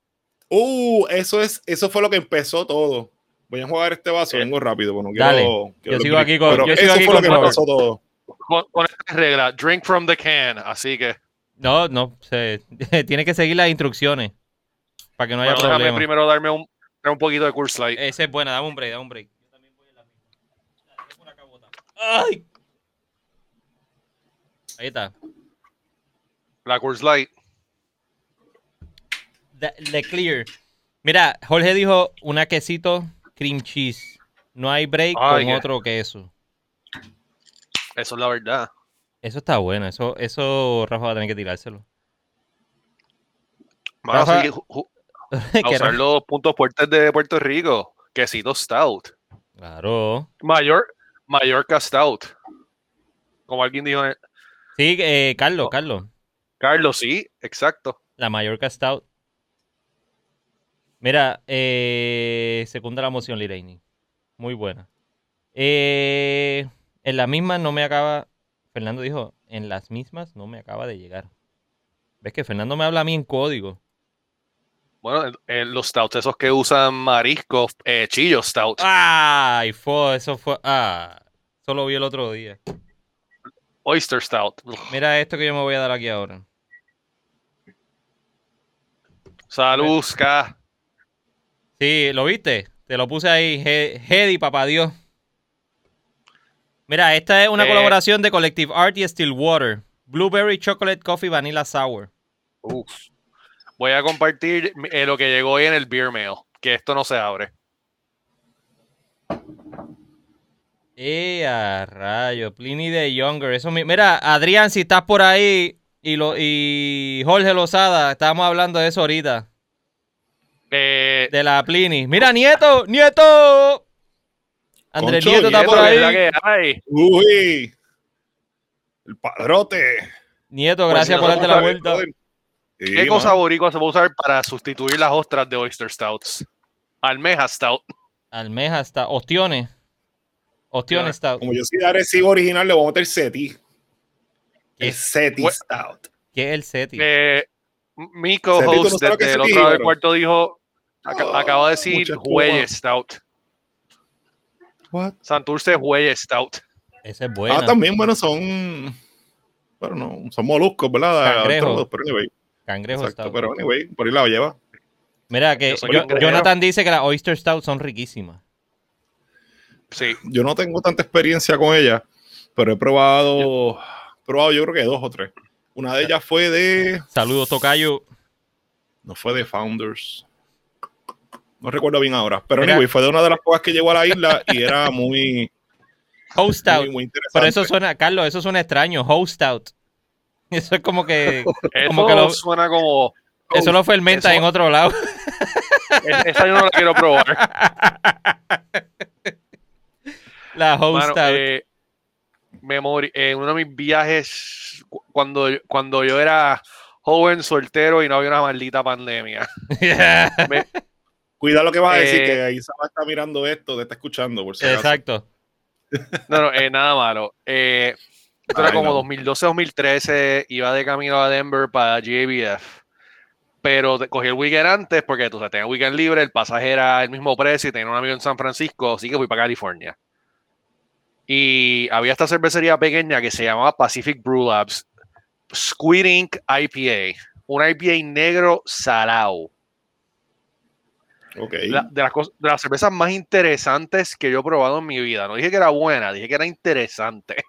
S2: Eso fue lo que empezó todo. Voy a jugar este vaso, vengo rápido. Bueno,
S1: yo sigo aquí con.
S2: Eso fue lo que me pasó todo.
S3: Con esta regla, drink from the can, así que.
S1: No, tiene que seguir las instrucciones para que no haya
S3: Bueno, déjame
S1: problema.
S3: primero darme un poquito de Coors Light.
S1: Esa es buena, dame un break. Yo también voy en la misma. Tengo una cabota. ¡Ay! Ahí está.
S3: La Coors Light.
S1: Le clear. Mira, Jorge dijo una quesito cream cheese. No hay break
S3: Ay,
S1: con
S3: qué-
S1: otro queso.
S3: Eso es la verdad.
S1: Eso está bueno. Eso Rafa va a tener que tirárselo.
S3: Vamos
S1: Rafa-
S3: a seguir a
S1: Que
S3: usar los puntos fuertes de Puerto Rico. Quesito Stout.
S1: Claro.
S3: Mallorca Stout. Como alguien dijo.
S1: Sí, Carlos.
S3: Carlos, sí, exacto.
S1: La Mallorca Stout. Mira, segunda la moción, Lireini. Muy buena. En las mismas no me acaba. Fernando dijo, en las mismas no me acaba de llegar. ¿Ves que Fernando me habla a mí en código?
S3: Bueno, los stouts esos que usan mariscos, chillo stout.
S1: ¡Ay! Eso fue. Eso lo vi el otro día.
S3: Oyster stout.
S1: Mira esto que yo me voy a dar aquí ahora.
S3: Salud, Ska.
S1: Sí, ¿lo viste? Te lo puse ahí. Hedy, papá Dios. Mira, esta es una colaboración de Collective Art y Stillwater. Blueberry Chocolate Coffee Vanilla Sour.
S3: Uf. Voy a compartir lo que llegó hoy en el Beer Mail, que esto no se abre.
S1: A rayo, Pliny the Younger. Mira, Adrián, si estás por ahí y Jorge Lozada, estábamos hablando de eso ahorita. De la Pliny. Mira, Nieto. Andrés
S2: Concho,
S1: Nieto está por
S3: es la
S1: ahí.
S3: que hay.
S2: Uy, el padrote.
S1: Nieto,
S3: Pues
S1: gracias
S3: si
S1: por
S3: no
S1: darte
S3: somos
S1: la vuelta.
S3: ¿Qué cosa boricua se puede usar para sustituir las ostras de Oyster Stouts? Almeja Stout.
S1: Almeja está. Ostiones Stout.
S2: Como yo soy de Arecibo original, le voy a meter SETI.
S1: ¿Qué?
S2: El SETI Stout.
S1: ¿Qué es el SETI?
S3: Mi
S2: Seti, ¿tú no
S3: co-host
S2: sabes lo que
S3: desde
S2: es
S3: el
S2: Seti,
S3: otro lado del
S2: bro?
S3: cuarto dijo, acaba de decir
S2: mucha espuma.
S3: Huelle Stout.
S2: What?
S3: Santurce Huelle Stout.
S1: Esa es buena.
S2: También, bueno, son. Bueno, no, son moluscos, ¿verdad?
S1: Cangrejo.
S2: Todos, pero anyway.
S1: Cangrejo
S2: Exacto,
S1: Stout.
S2: pero anyway, por ahí la lleva.
S1: Mira, que
S3: Yo soy un
S1: Jonathan dice que las Oyster Stout son riquísimas.
S3: Sí.
S2: Yo no tengo tanta experiencia con ella, pero he probado yo creo que 2 o 3. Una de ellas fue de.
S1: Saludos, tocayo.
S2: No fue de Founders. No recuerdo bien ahora. Pero
S1: Mira.
S2: anyway, fue de una de las pocas que llegó a la isla y era muy,
S1: Host Stout.
S2: muy interesante.
S1: Pero eso suena, Carlos, eso suena extraño. Host Stout. Eso es como que. como
S3: Eso
S1: que
S3: suena como...
S1: eso lo fermenta
S3: eso-
S1: en otro lado.
S3: Esa yo no la quiero probar.
S1: La Host
S3: Mano,
S1: Stout.
S3: en uno de mis viajes, cuando yo era joven, soltero y no había una maldita pandemia.
S2: Cuida lo que vas a decir,
S3: Eh,
S2: que Isabel está mirando esto, te está escuchando, por si acaso.
S1: Exacto.
S3: No, nada malo. Esto era
S2: Ay,
S3: como
S2: no.
S3: 2012-2013, iba de camino a Denver para GABF. Pero cogí el weekend antes porque tú sabes, tenía el weekend libre, el pasaje era el mismo precio y tenía un amigo en San Francisco, así que fui para California. Y había esta cervecería pequeña que se llamaba Pacific Brew Labs, Squid Ink IPA, un IPA negro salado.
S2: Ok.
S3: De las cervezas más interesantes que yo he probado en mi vida. No dije que era buena, dije que era interesante.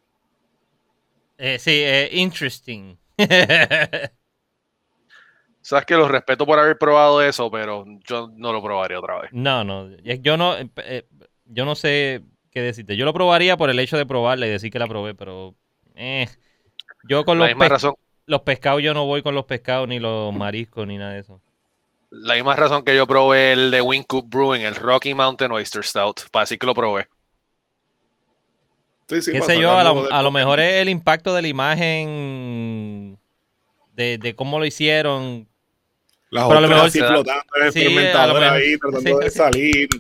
S1: Sí, interesting.
S3: Sabes que los respeto por haber probado eso, pero yo no lo probaré otra vez.
S1: No. Yo no sé qué decirte. Yo lo probaría por el hecho de probarla y decir que la probé, pero. Yo con
S3: La misma razón.
S1: los pescados, yo no voy con los pescados, ni los mariscos, ni nada de eso.
S3: La misma razón que yo probé el de Wynkoop Brewing, el Rocky Mountain Oyster Stout, para decir que lo probé.
S2: Sí, sí,
S1: Qué
S2: para
S1: sé yo,
S2: sacarlo del
S1: a lo mejor es el impacto de la imagen, de cómo lo hicieron.
S2: Las
S1: pero a lo
S2: otras
S1: mejor
S2: así
S3: sí,
S2: flotando en el
S1: sí, a lo
S2: fermentador
S1: mejor,
S2: ahí, tratando
S1: sí.
S2: de salir.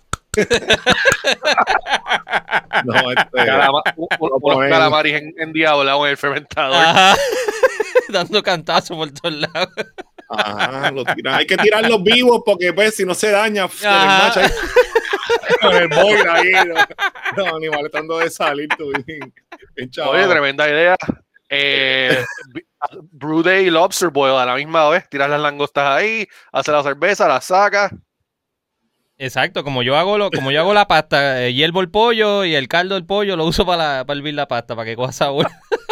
S2: No,
S3: Unos calamares endiablados en el fermentador.
S1: Ajá. Dando cantazos por todos lados.
S2: Ajá, lo tiran. Hay que tirarlos vivos porque pues si no se daña, se
S1: Ajá.
S2: desmacha ahí, con el boil ahí. No, animal tratando de salir tú. Bien
S3: Oye, tremenda idea. Brew Day y Lobster Boil a la misma vez. Tiras las langostas ahí, haces la cerveza, la sacas.
S1: Exacto, como yo hago la pasta, hiervo el pollo y el caldo del pollo lo uso para hervir la pasta, para que coja sabor.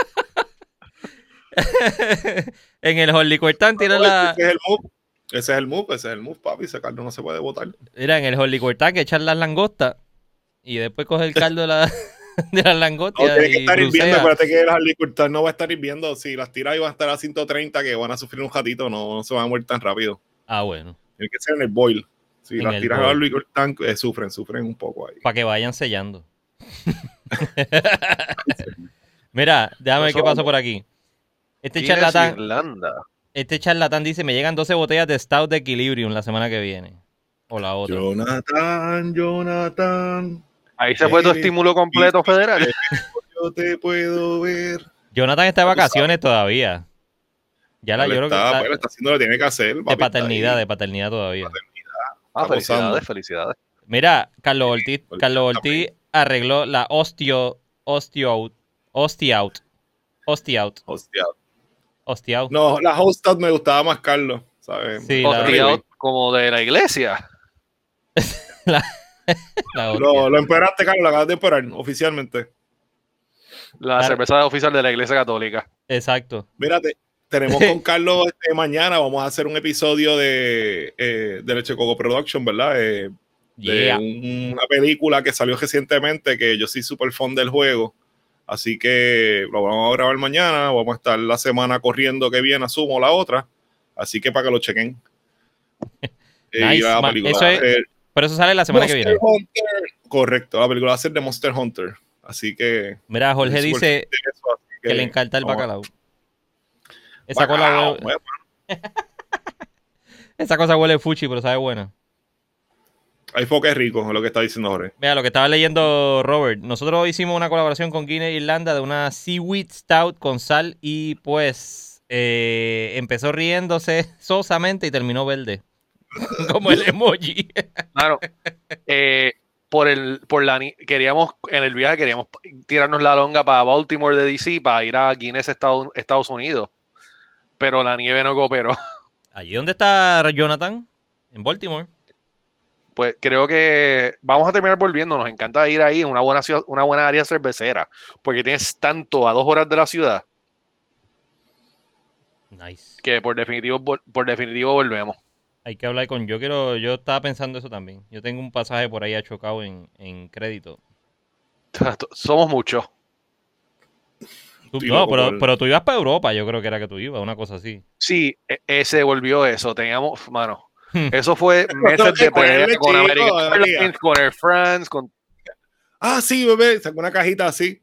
S1: En el Horlicourtán tiran la...
S2: Ese es el move, papi. Ese caldo no se puede botar.
S1: Mira, en el Horlicourtán que echan las langostas y después coge el caldo de las langostas.
S2: No, tiene que estar hirviendo. Acuérdate que el Horlicourtán no va a estar hirviendo. Si las tiras y van a estar a 130, que van a sufrir un ratito, no se van a morir tan rápido.
S1: Ah, bueno.
S2: Tiene que ser en el boil. Si
S1: En
S2: las
S1: el
S2: tiras
S1: boil.
S2: al Horlicourtán, sufren un poco ahí.
S1: Para que vayan sellando. Mira, déjame ver qué pasó por aquí. Este charlatán dice, me llegan 12 botellas de Stout de Equilibrium la semana que viene. O la otra.
S2: Jonathan.
S3: Ahí se fue tu estímulo completo federal.
S2: Yo te puedo ver.
S1: Jonathan está de vacaciones todavía. Ya la lloro.
S2: Está haciendo lo que tiene que hacer.
S1: De paternidad todavía.
S3: Felicidades.
S1: Mira, Carlos Ortiz arregló la Ostiout.
S2: No, la Hostout me gustaba más, Carlos, ¿sabes?
S1: Sí,
S3: como de la iglesia.
S2: Lo emperaste, Carlos, lo acabas de emperar oficialmente.
S3: La cerveza oficial de la iglesia católica.
S1: Exacto.
S2: Mírate, tenemos con Carlos mañana, vamos a hacer un episodio de Leche Coco Production, ¿verdad? Una película que salió recientemente, que yo soy súper fan del juego. Así que lo vamos a grabar mañana. Vamos a estar la semana corriendo que viene, asumo la otra. Así que para que lo chequen.
S1: Nice. Pero eso sale la semana que viene.
S2: Hunter. Correcto, la película va a ser de Monster Hunter. Así que...
S1: Mira, Jorge dice que le encanta el bacalao. Esa cosa huele fuchi, pero sabe buena.
S2: Hay foque rico, es lo que está diciendo Jorge.
S1: Mira, lo que estaba leyendo Robert. Nosotros hicimos una colaboración con Guinness Irlanda de una Seaweed Stout con sal y pues empezó riéndose sosamente y terminó verde. Como el emoji.
S3: Claro. Queríamos, en el viaje queríamos tirarnos la longa para Baltimore de DC para ir a Guinness, Estados Unidos. Pero la nieve no cooperó.
S1: ¿Allí dónde está Jonathan? En Baltimore.
S3: Pues creo que vamos a terminar volviendo. Nos encanta ir ahí, una buena ciudad, una buena área cervecera, porque tienes tanto a 2 horas de la ciudad.
S1: Nice.
S3: Que por definitivo volvemos.
S1: Hay que hablar con... Yo estaba pensando eso también. Yo tengo un pasaje por ahí achocado en crédito.
S3: Somos muchos.
S1: Pero tú ibas para Europa, yo creo que era que tú ibas, una cosa así.
S3: Sí, se volvió eso. Teníamos, mano. Eso fue meses de pelea con American Airlines, con Air France, con...
S2: Ah, sí, bebé, sacó una cajita así.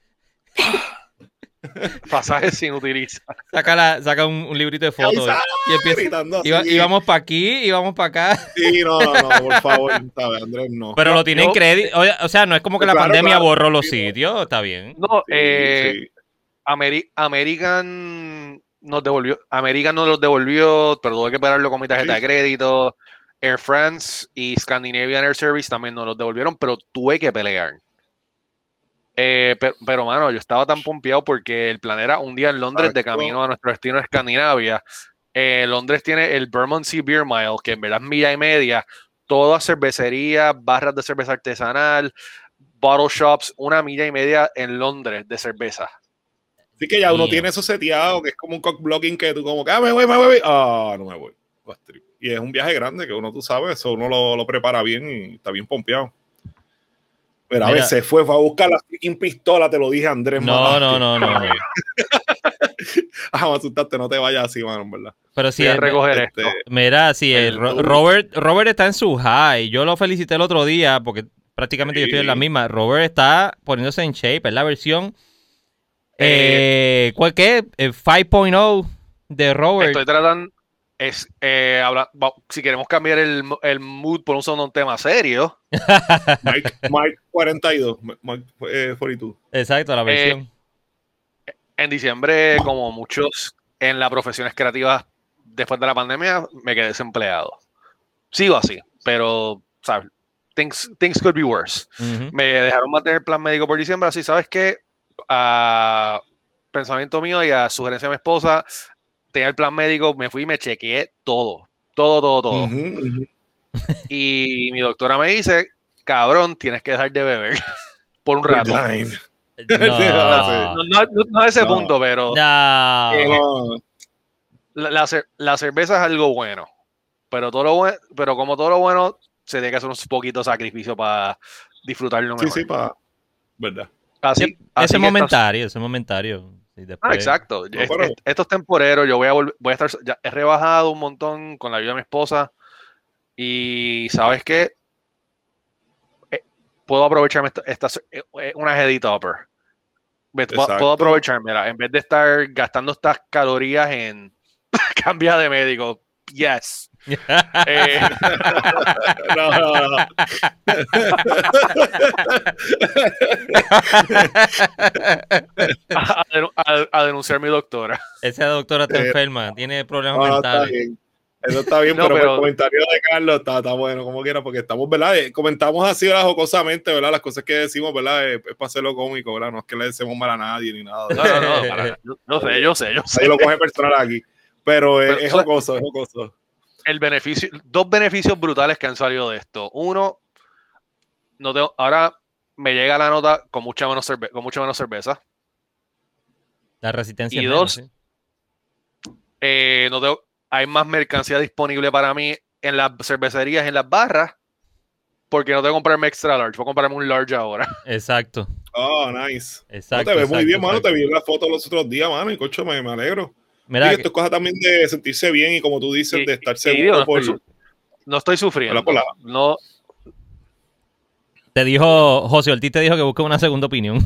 S3: Pasajes sin utilizar.
S1: Saca un librito de fotos y empieza. Íbamos para aquí, íbamos para acá.
S2: Sí, no, por favor, ¿sabes? Andrés, no.
S1: Pero lo tienen crédito. O sea, no es como que la pandemia borró los sitios, está bien.
S3: No, American nos los devolvió, pero tuve que pagarlo con mi tarjeta de crédito. Air France y Scandinavian Air Service también nos los devolvieron, pero tuve que pelear. Pero, mano, yo estaba tan pompeado porque el plan era un día en Londres de camino a nuestro destino de Escandinavia. Londres tiene el Bermondsey Beer Mile, que en verdad es milla y media. Todas cervecerías, barras de cerveza artesanal, bottle shops, 1 milla y media en Londres de cerveza.
S2: Así que ya uno tiene eso seteado, que es como un cockblocking que tú como que, me voy. No me voy. Y es un viaje grande que uno, tú sabes, eso uno lo prepara bien y está bien pompeado. Pero a veces fue a buscar la freaking pistola, te lo dije, Andrés.
S1: No.
S2: Me asustaste, no te vayas así, mano, ¿verdad?
S1: Pero si
S3: recoger esto.
S1: Mira, si Robert está en su high. Yo lo felicité el otro día porque prácticamente yo estoy en la misma. Robert está poniéndose en shape, es la versión ¿cuál qué? 5.0 de Robert.
S3: Estoy tratando, si queremos cambiar el mood por un tema serio.
S2: Mike 42, Mike 42.
S1: Exacto, la versión.
S3: En diciembre, como muchos en las profesiones creativas después de la pandemia, me quedé desempleado. Sigo así, pero, ¿sabes? Things could be worse. Me dejaron mantener el plan médico por diciembre, así, ¿sabes qué? pensamiento mío y a sugerencia de mi esposa, tenía el plan médico, me fui y me chequeé todo. Todo. Y mi doctora me dice, cabrón, tienes que dejar de beber por un rato. No a ese punto, pero la cerveza es algo bueno. Pero como todo lo bueno, se tiene que hacer un poquito de sacrificio para disfrutarlo mejor.
S2: Sí, verdad.
S3: Así
S1: ese momentario. Sí, después...
S3: exacto. Esto es temporero. Yo voy a estar. Ya he rebajado un montón con la ayuda de mi esposa. Y ¿sabes qué? Puedo aprovecharme una heady topper. Puedo aprovechármela en vez de estar gastando estas calorías en cambiar de médico. Yes.
S2: No.
S3: a denunciar a mi doctora.
S1: Esa doctora está enferma, tiene problemas mentales.
S2: Eso está bien, pero el comentario de Carlos está bueno, como quiera, porque estamos, ¿verdad? Comentamos así, ¿verdad? Jocosamente, ¿verdad? Las cosas que decimos, ¿verdad? Es para hacerlo cómico, ¿verdad? No es que le decimos mal a nadie ni nada.
S3: No, yo sé.
S2: Ahí lo coge personal aquí. Pero es jocoso.
S3: Dos beneficios brutales que han salido de esto. Uno, ahora me llega la nota con mucha menos cerveza.
S1: La resistencia.
S3: Y dos, hay más mercancía disponible para mí en las cervecerías, en las barras, porque no tengo que comprarme extra large, voy a comprarme un large ahora.
S1: Exacto.
S2: Oh, nice.
S1: Exacto.
S2: No, te ves muy bien, mano. Te vi en la foto los otros días, mano, y cocho, me alegro.
S1: Mira,
S2: y esto es cosa también de sentirse bien y como tú dices, de estar seguro.
S3: No estoy sufriendo. No.
S1: Te dijo, José Ortiz te dijo que busque una segunda opinión.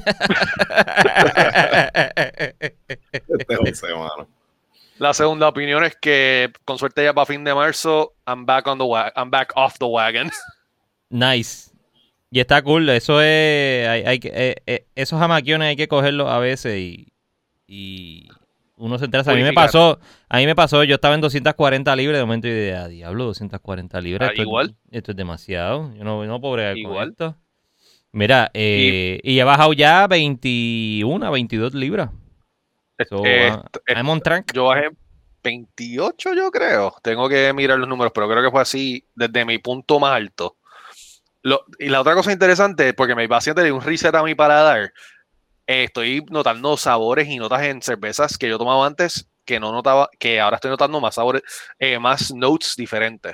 S2: José, mano.
S3: La segunda opinión es que con suerte ya para fin de marzo, I'm back off the wagon.
S1: Nice. Y está cool. Eso es, esos jamaquiones hay que cogerlos a veces y uno se entera. A mí me pasó, yo estaba en 240 libras de momento y de diablo, 240 libras.
S3: Igual.
S1: Esto es demasiado. Yo no puedo bregar con esto. Mira, y he bajado ya 21, 22 libras. I'm on track.
S3: Yo bajé 28, yo creo. Tengo que mirar los números, pero creo que fue así desde mi punto más alto. Y la otra cosa interesante, porque mi paciente le dio un reset a mi paladar, estoy notando sabores y notas en cervezas que yo tomaba antes que no notaba, que ahora estoy notando más sabores, más notes diferentes.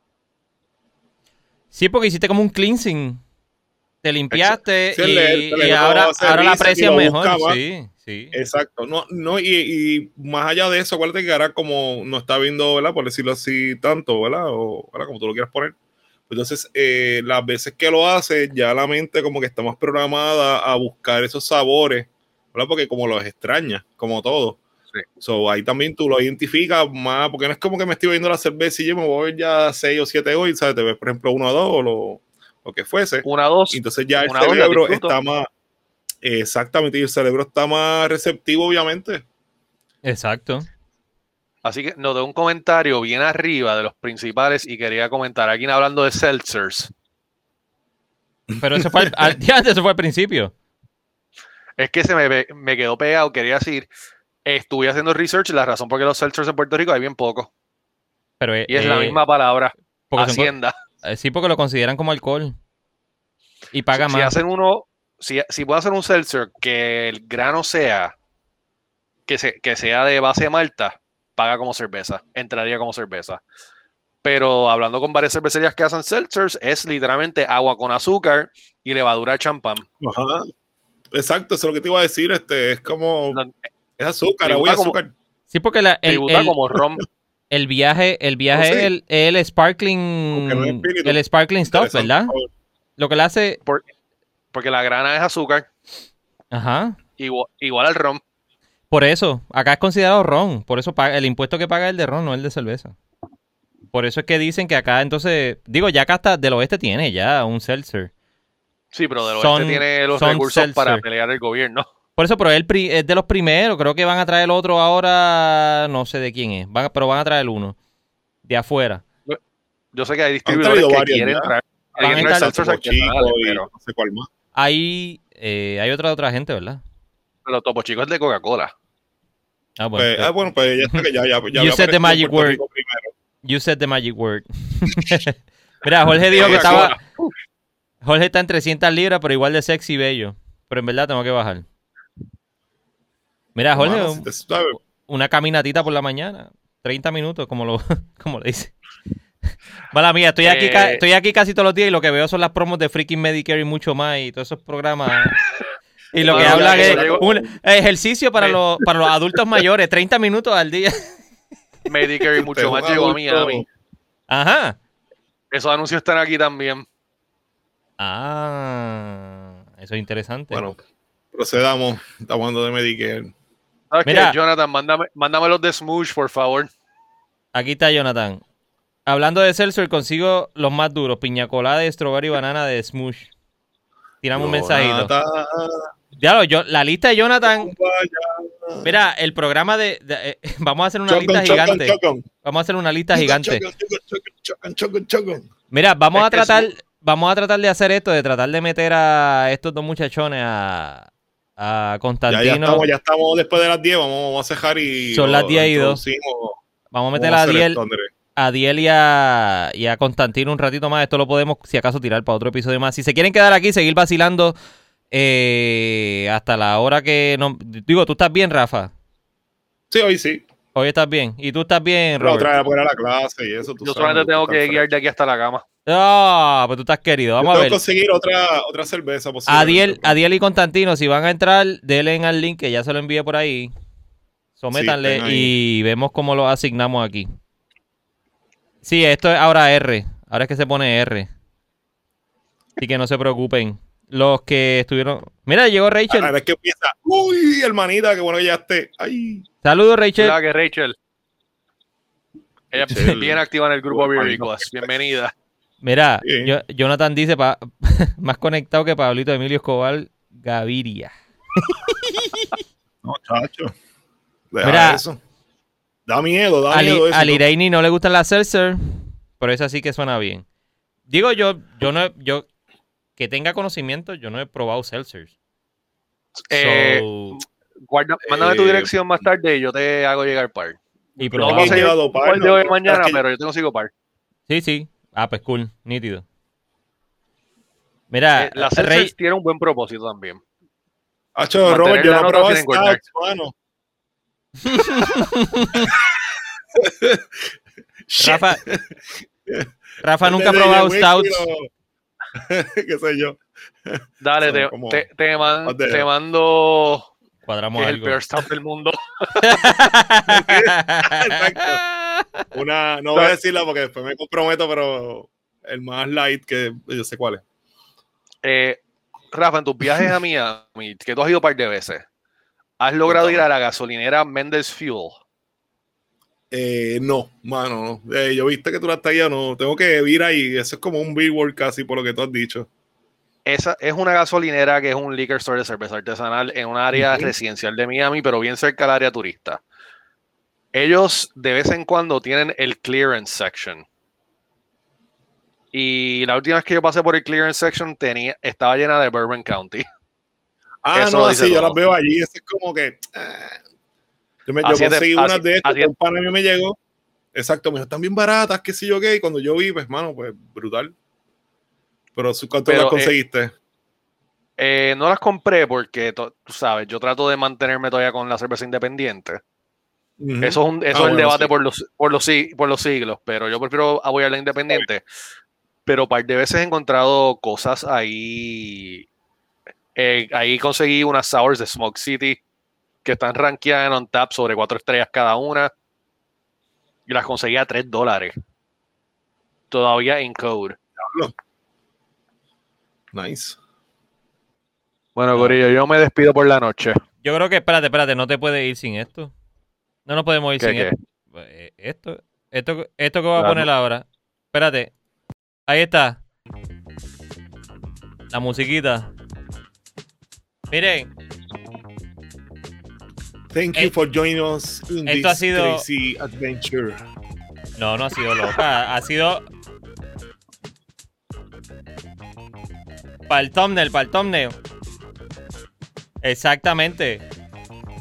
S1: Sí, porque hiciste como un cleansing. Te limpiaste y ahora la aprecias mejor. Sí.
S2: Exacto. No, y más allá de eso, acuérdate que ahora como no está viendo, ¿verdad? Por decirlo así, tanto, ¿verdad? O ¿verdad? Como tú lo quieras poner. Entonces, las veces que lo hace, ya la mente como que está más programada a buscar esos sabores, ¿verdad? Porque como los extraña, como todo.
S3: Sí.
S2: So, ahí también tú lo identificas más, porque no es como que me estoy viendo la cerveza y yo me voy a ver ya 6 o 7 hoy, ¿sabes? Te ves, por ejemplo, 1 o 2 o lo que fuese.
S3: 1 a 2.
S2: Entonces ya el cerebro está más... Exactamente, y el cerebro está más receptivo, obviamente.
S1: Exacto.
S3: Así que nos dio un comentario bien arriba de los principales y quería comentar, aquí hablando de seltzers.
S1: Pero eso fue al principio.
S3: Es que se me quedó pegado, quería decir, estuve haciendo research, la razón por qué los seltzers en Puerto Rico hay bien poco. Y es la misma palabra, Hacienda.
S1: Sí, porque lo consideran como alcohol. Y paga más.
S3: Si puedo hacer un seltzer que el grano sea que sea de base de malta, paga como cerveza, entraría como cerveza. Pero hablando con varias cervecerías que hacen seltzers, es literalmente agua con azúcar y levadura de champán.
S2: Ajá. Exacto, eso es lo que te iba a decir. Es como es azúcar, agua y azúcar.
S1: Sí, porque
S3: como rom.
S1: El viaje es el sparkling, el sparkling stuff, ¿verdad? Lo que le hace...
S3: Porque la grana es azúcar.
S1: Ajá.
S3: Igual al ron.
S1: Por eso, acá es considerado ron. Por eso el impuesto que paga es el de ron, no el de cerveza. Por eso es que dicen que acá, entonces... Digo, ya acá hasta del oeste tiene ya un seltzer.
S3: Sí, pero del oeste tiene los recursos seltzer para pelear el gobierno.
S1: Por eso, pero él es de los primeros. Creo que van a traer el otro ahora. No sé de quién es. Pero van a traer uno. De afuera.
S3: Yo sé que hay distribuidores que quieren traer.
S1: Van a estar
S2: pero no sé cuál más.
S1: Hay otra gente, ¿verdad?
S3: Pero Topo Chico es de Coca-Cola.
S1: Ah, bueno.
S2: Bueno, pues ya está que ya
S1: You said the magic word. You said the magic word. Mira, Jorge dijo que estaba... Jorge está en 300 libras, pero igual de sexy y bello. Pero en verdad tengo que bajar. Mira, Jorge, una caminatita por la mañana. 30 minutos, como le dice. Mala mía, estoy aquí casi todos los días y lo que veo son las promos de Freaking Medicare y mucho más y todos esos programas. Y lo que hablan es un ejercicio para los adultos mayores, 30 minutos al día.
S3: Medicare y mucho más llegó a Miami.
S1: Ajá.
S3: Esos anuncios están aquí también.
S1: Ah, eso es interesante.
S2: Bueno, procedamos. Estamos hablando de Medicare.
S3: ¿Sabes qué, Jonathan? Mándame los de Smoosh, por favor.
S1: Aquí está Jonathan. Hablando de Seltzer, consigo los más duros. Piña colada, strawberry y banana de Smoosh. Tirame un mensajito. Diablo, la lista de Jonathan. Mira, el programa vamos a hacer una lista gigante. Vamos a hacer una lista gigante. Mira, vamos a tratar de hacer esto, de tratar de meter a estos dos muchachones a Constantino.
S2: Ya estamos después de las 10, vamos a cejar y...
S1: Son las 10 y 2. Vamos a meter a Diel y a Constantino un ratito más. Esto lo podemos, si acaso, tirar para otro episodio más. Si se quieren quedar aquí, seguir vacilando hasta la hora que... Digo, ¿tú estás bien, Rafa?
S2: Sí, hoy sí.
S1: Hoy estás bien. ¿Y tú estás bien, Robert?
S2: Otra vez a la clase y eso.
S3: Yo solamente tengo que guiar de aquí hasta la cama.
S1: Ah, pues tú estás querido. Vamos a ver.
S2: Tengo que conseguir otra cerveza posible.
S1: Adiel y Constantino, si van a entrar, denle al link que ya se lo envié por ahí. Sométanle y vemos cómo lo asignamos aquí. Sí, esto es ahora R. Ahora es que se pone R. Así que no se preocupen. Los que estuvieron... Mira, llegó Rachel.
S2: Ahora es que empieza. Uy, hermanita, qué bueno que ya esté. Ay.
S1: Saludos, Rachel.
S3: Hola, que Rachel. Ella es bien activa en el grupo Viricos. Bienvenida.
S1: Mira, Jonathan dice más conectado que Pablito Emilio Escobar Gaviria.
S2: No, chacho. Mira eso. Da miedo eso.
S1: A Lireini no le gustan las Seltzer, pero esa sí que suena bien. Digo yo que tenga conocimiento, yo no he probado Seltzers.
S3: Mándame tu dirección más tarde y yo te hago llegar par.
S1: Y
S3: no va a ser par de hoy mañana, pero yo te consigo par.
S1: Sí. Ah, pues cool, nítido. Mira,
S3: la Seltzers tiene un buen propósito también.
S2: Hacho, Robert, yo no probé Stouts, mano.
S1: Rafa nunca ha probado Stouts.
S2: Qué sé yo.
S3: Dale, te mando.
S1: Cuadramos
S3: que es
S1: algo.
S3: el peor Stout del mundo.
S2: Exacto. No voy a decirla porque después me comprometo, pero el más light que yo sé cuál
S3: es. Rafa, en tus viajes a Miami, que tú has ido un par de veces, ¿has logrado ir a la gasolinera Mendes Fuel?
S2: No, mano, no. Yo viste que tú la estás allá, no. Tengo que ir ahí. Eso es como un billboard casi por lo que tú has dicho.
S3: Esa es una gasolinera que es un liquor store de cerveza artesanal en un área residencial de Miami, pero bien cerca del área turista. Ellos de vez en cuando tienen el clearance section. Y la última vez que yo pasé por el clearance section estaba llena de Bourbon County.
S2: Eso no, sí, yo las veo allí. Eso es como que... Yo conseguí unas de estas, un pana mío me llegó. Exacto, me dijo, están bien baratas, qué sé yo qué. Y cuando yo vi, pues, mano, pues, brutal. Pero ¿cuánto las conseguiste?
S3: No las compré porque, tú sabes, yo trato de mantenerme todavía con la cerveza independiente. Eso es el debate sí. por los siglos, pero yo prefiero apoyar la independiente. Pero un par de veces he encontrado cosas ahí. Ahí conseguí unas sours de Smoke City que están rankeadas en OnTap sobre 4 estrellas cada una. Y las conseguí a $3. Todavía en code.
S2: Nice.
S3: Bueno, Corillo, yo me despido por la noche.
S1: Yo creo que, espérate, no te puedes ir sin esto. No nos podemos ir sin esto. Esto que voy a poner ahora. Espérate. Ahí está. La musiquita. Miren.
S2: Thank you for joining us in this crazy adventure.
S1: No ha sido loca. Ha sido... Para el thumbnail. Exactamente.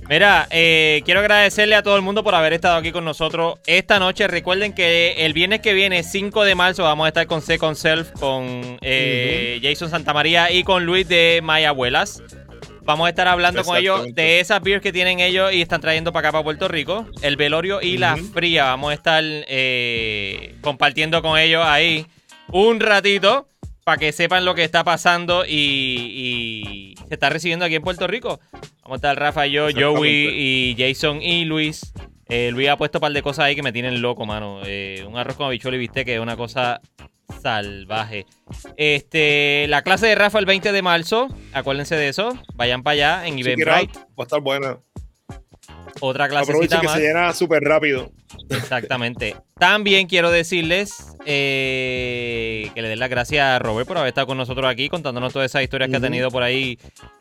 S1: Mira, quiero agradecerle a todo el mundo por haber estado aquí con nosotros esta noche. Recuerden que el viernes que viene, 5 de marzo, vamos a estar con Second Self, con Jason Santamaría y con Luis de Mayabuelas. Vamos a estar hablando con ellos de esas beers que tienen ellos y están trayendo para acá, para Puerto Rico. El velorio y la fría. Vamos a estar compartiendo con ellos ahí un ratito para que sepan lo que está pasando y se está recibiendo aquí en Puerto Rico. Vamos a estar Rafa, yo, Joey y Jason y Luis. Luis ha puesto un par de cosas ahí que me tienen loco, mano. Un arroz con habichuela y bistec, que es una cosa salvaje. La clase de Rafa el 20 de marzo. Acuérdense de eso. Vayan para allá en Eventbrite.
S2: Va a estar buena.
S1: Otra clasecita
S2: que
S1: más.
S2: Se llena súper rápido.
S1: Exactamente. También quiero decirles que le den las gracias a Robert por haber estado con nosotros aquí contándonos todas esas historias que ha tenido por ahí.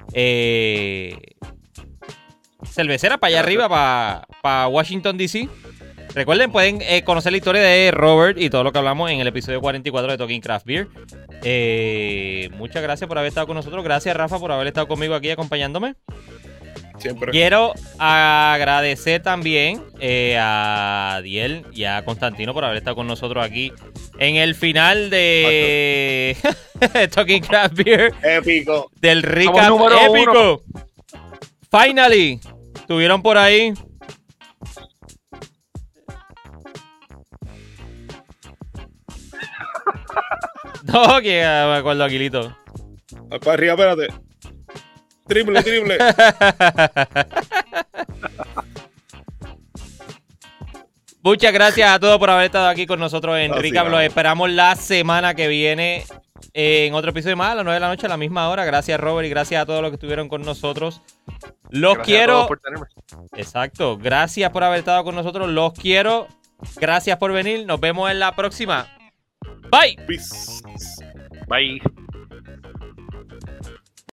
S1: Cervecera para allá arriba, para Washington, D.C. Recuerden, pueden conocer la historia de Robert y todo lo que hablamos en el episodio 44 de Talking Craft Beer. Muchas gracias por haber estado con nosotros. Gracias, Rafa, por haber estado conmigo aquí acompañándome.
S2: Siempre.
S1: Quiero agradecer también a Diel y a Constantino por haber estado con nosotros aquí en el final de Talking Craft Beer.
S2: Épico.
S1: Del recap épico. Finally, estuvieron por ahí. No, que me acuerdo, Aquilito.
S2: Para arriba, espérate. Triple.
S1: Muchas gracias a todos por haber estado aquí con nosotros en Recap. Los esperamos la semana que viene en otro episodio más a las 9 de la noche a la misma hora. Gracias, Robert, y gracias a todos los que estuvieron con nosotros. Los quiero. Por tenerme. Exacto. Gracias por haber estado con nosotros. Los quiero. Gracias por venir. Nos vemos en la próxima. Bye.
S2: Peace.
S3: Bye.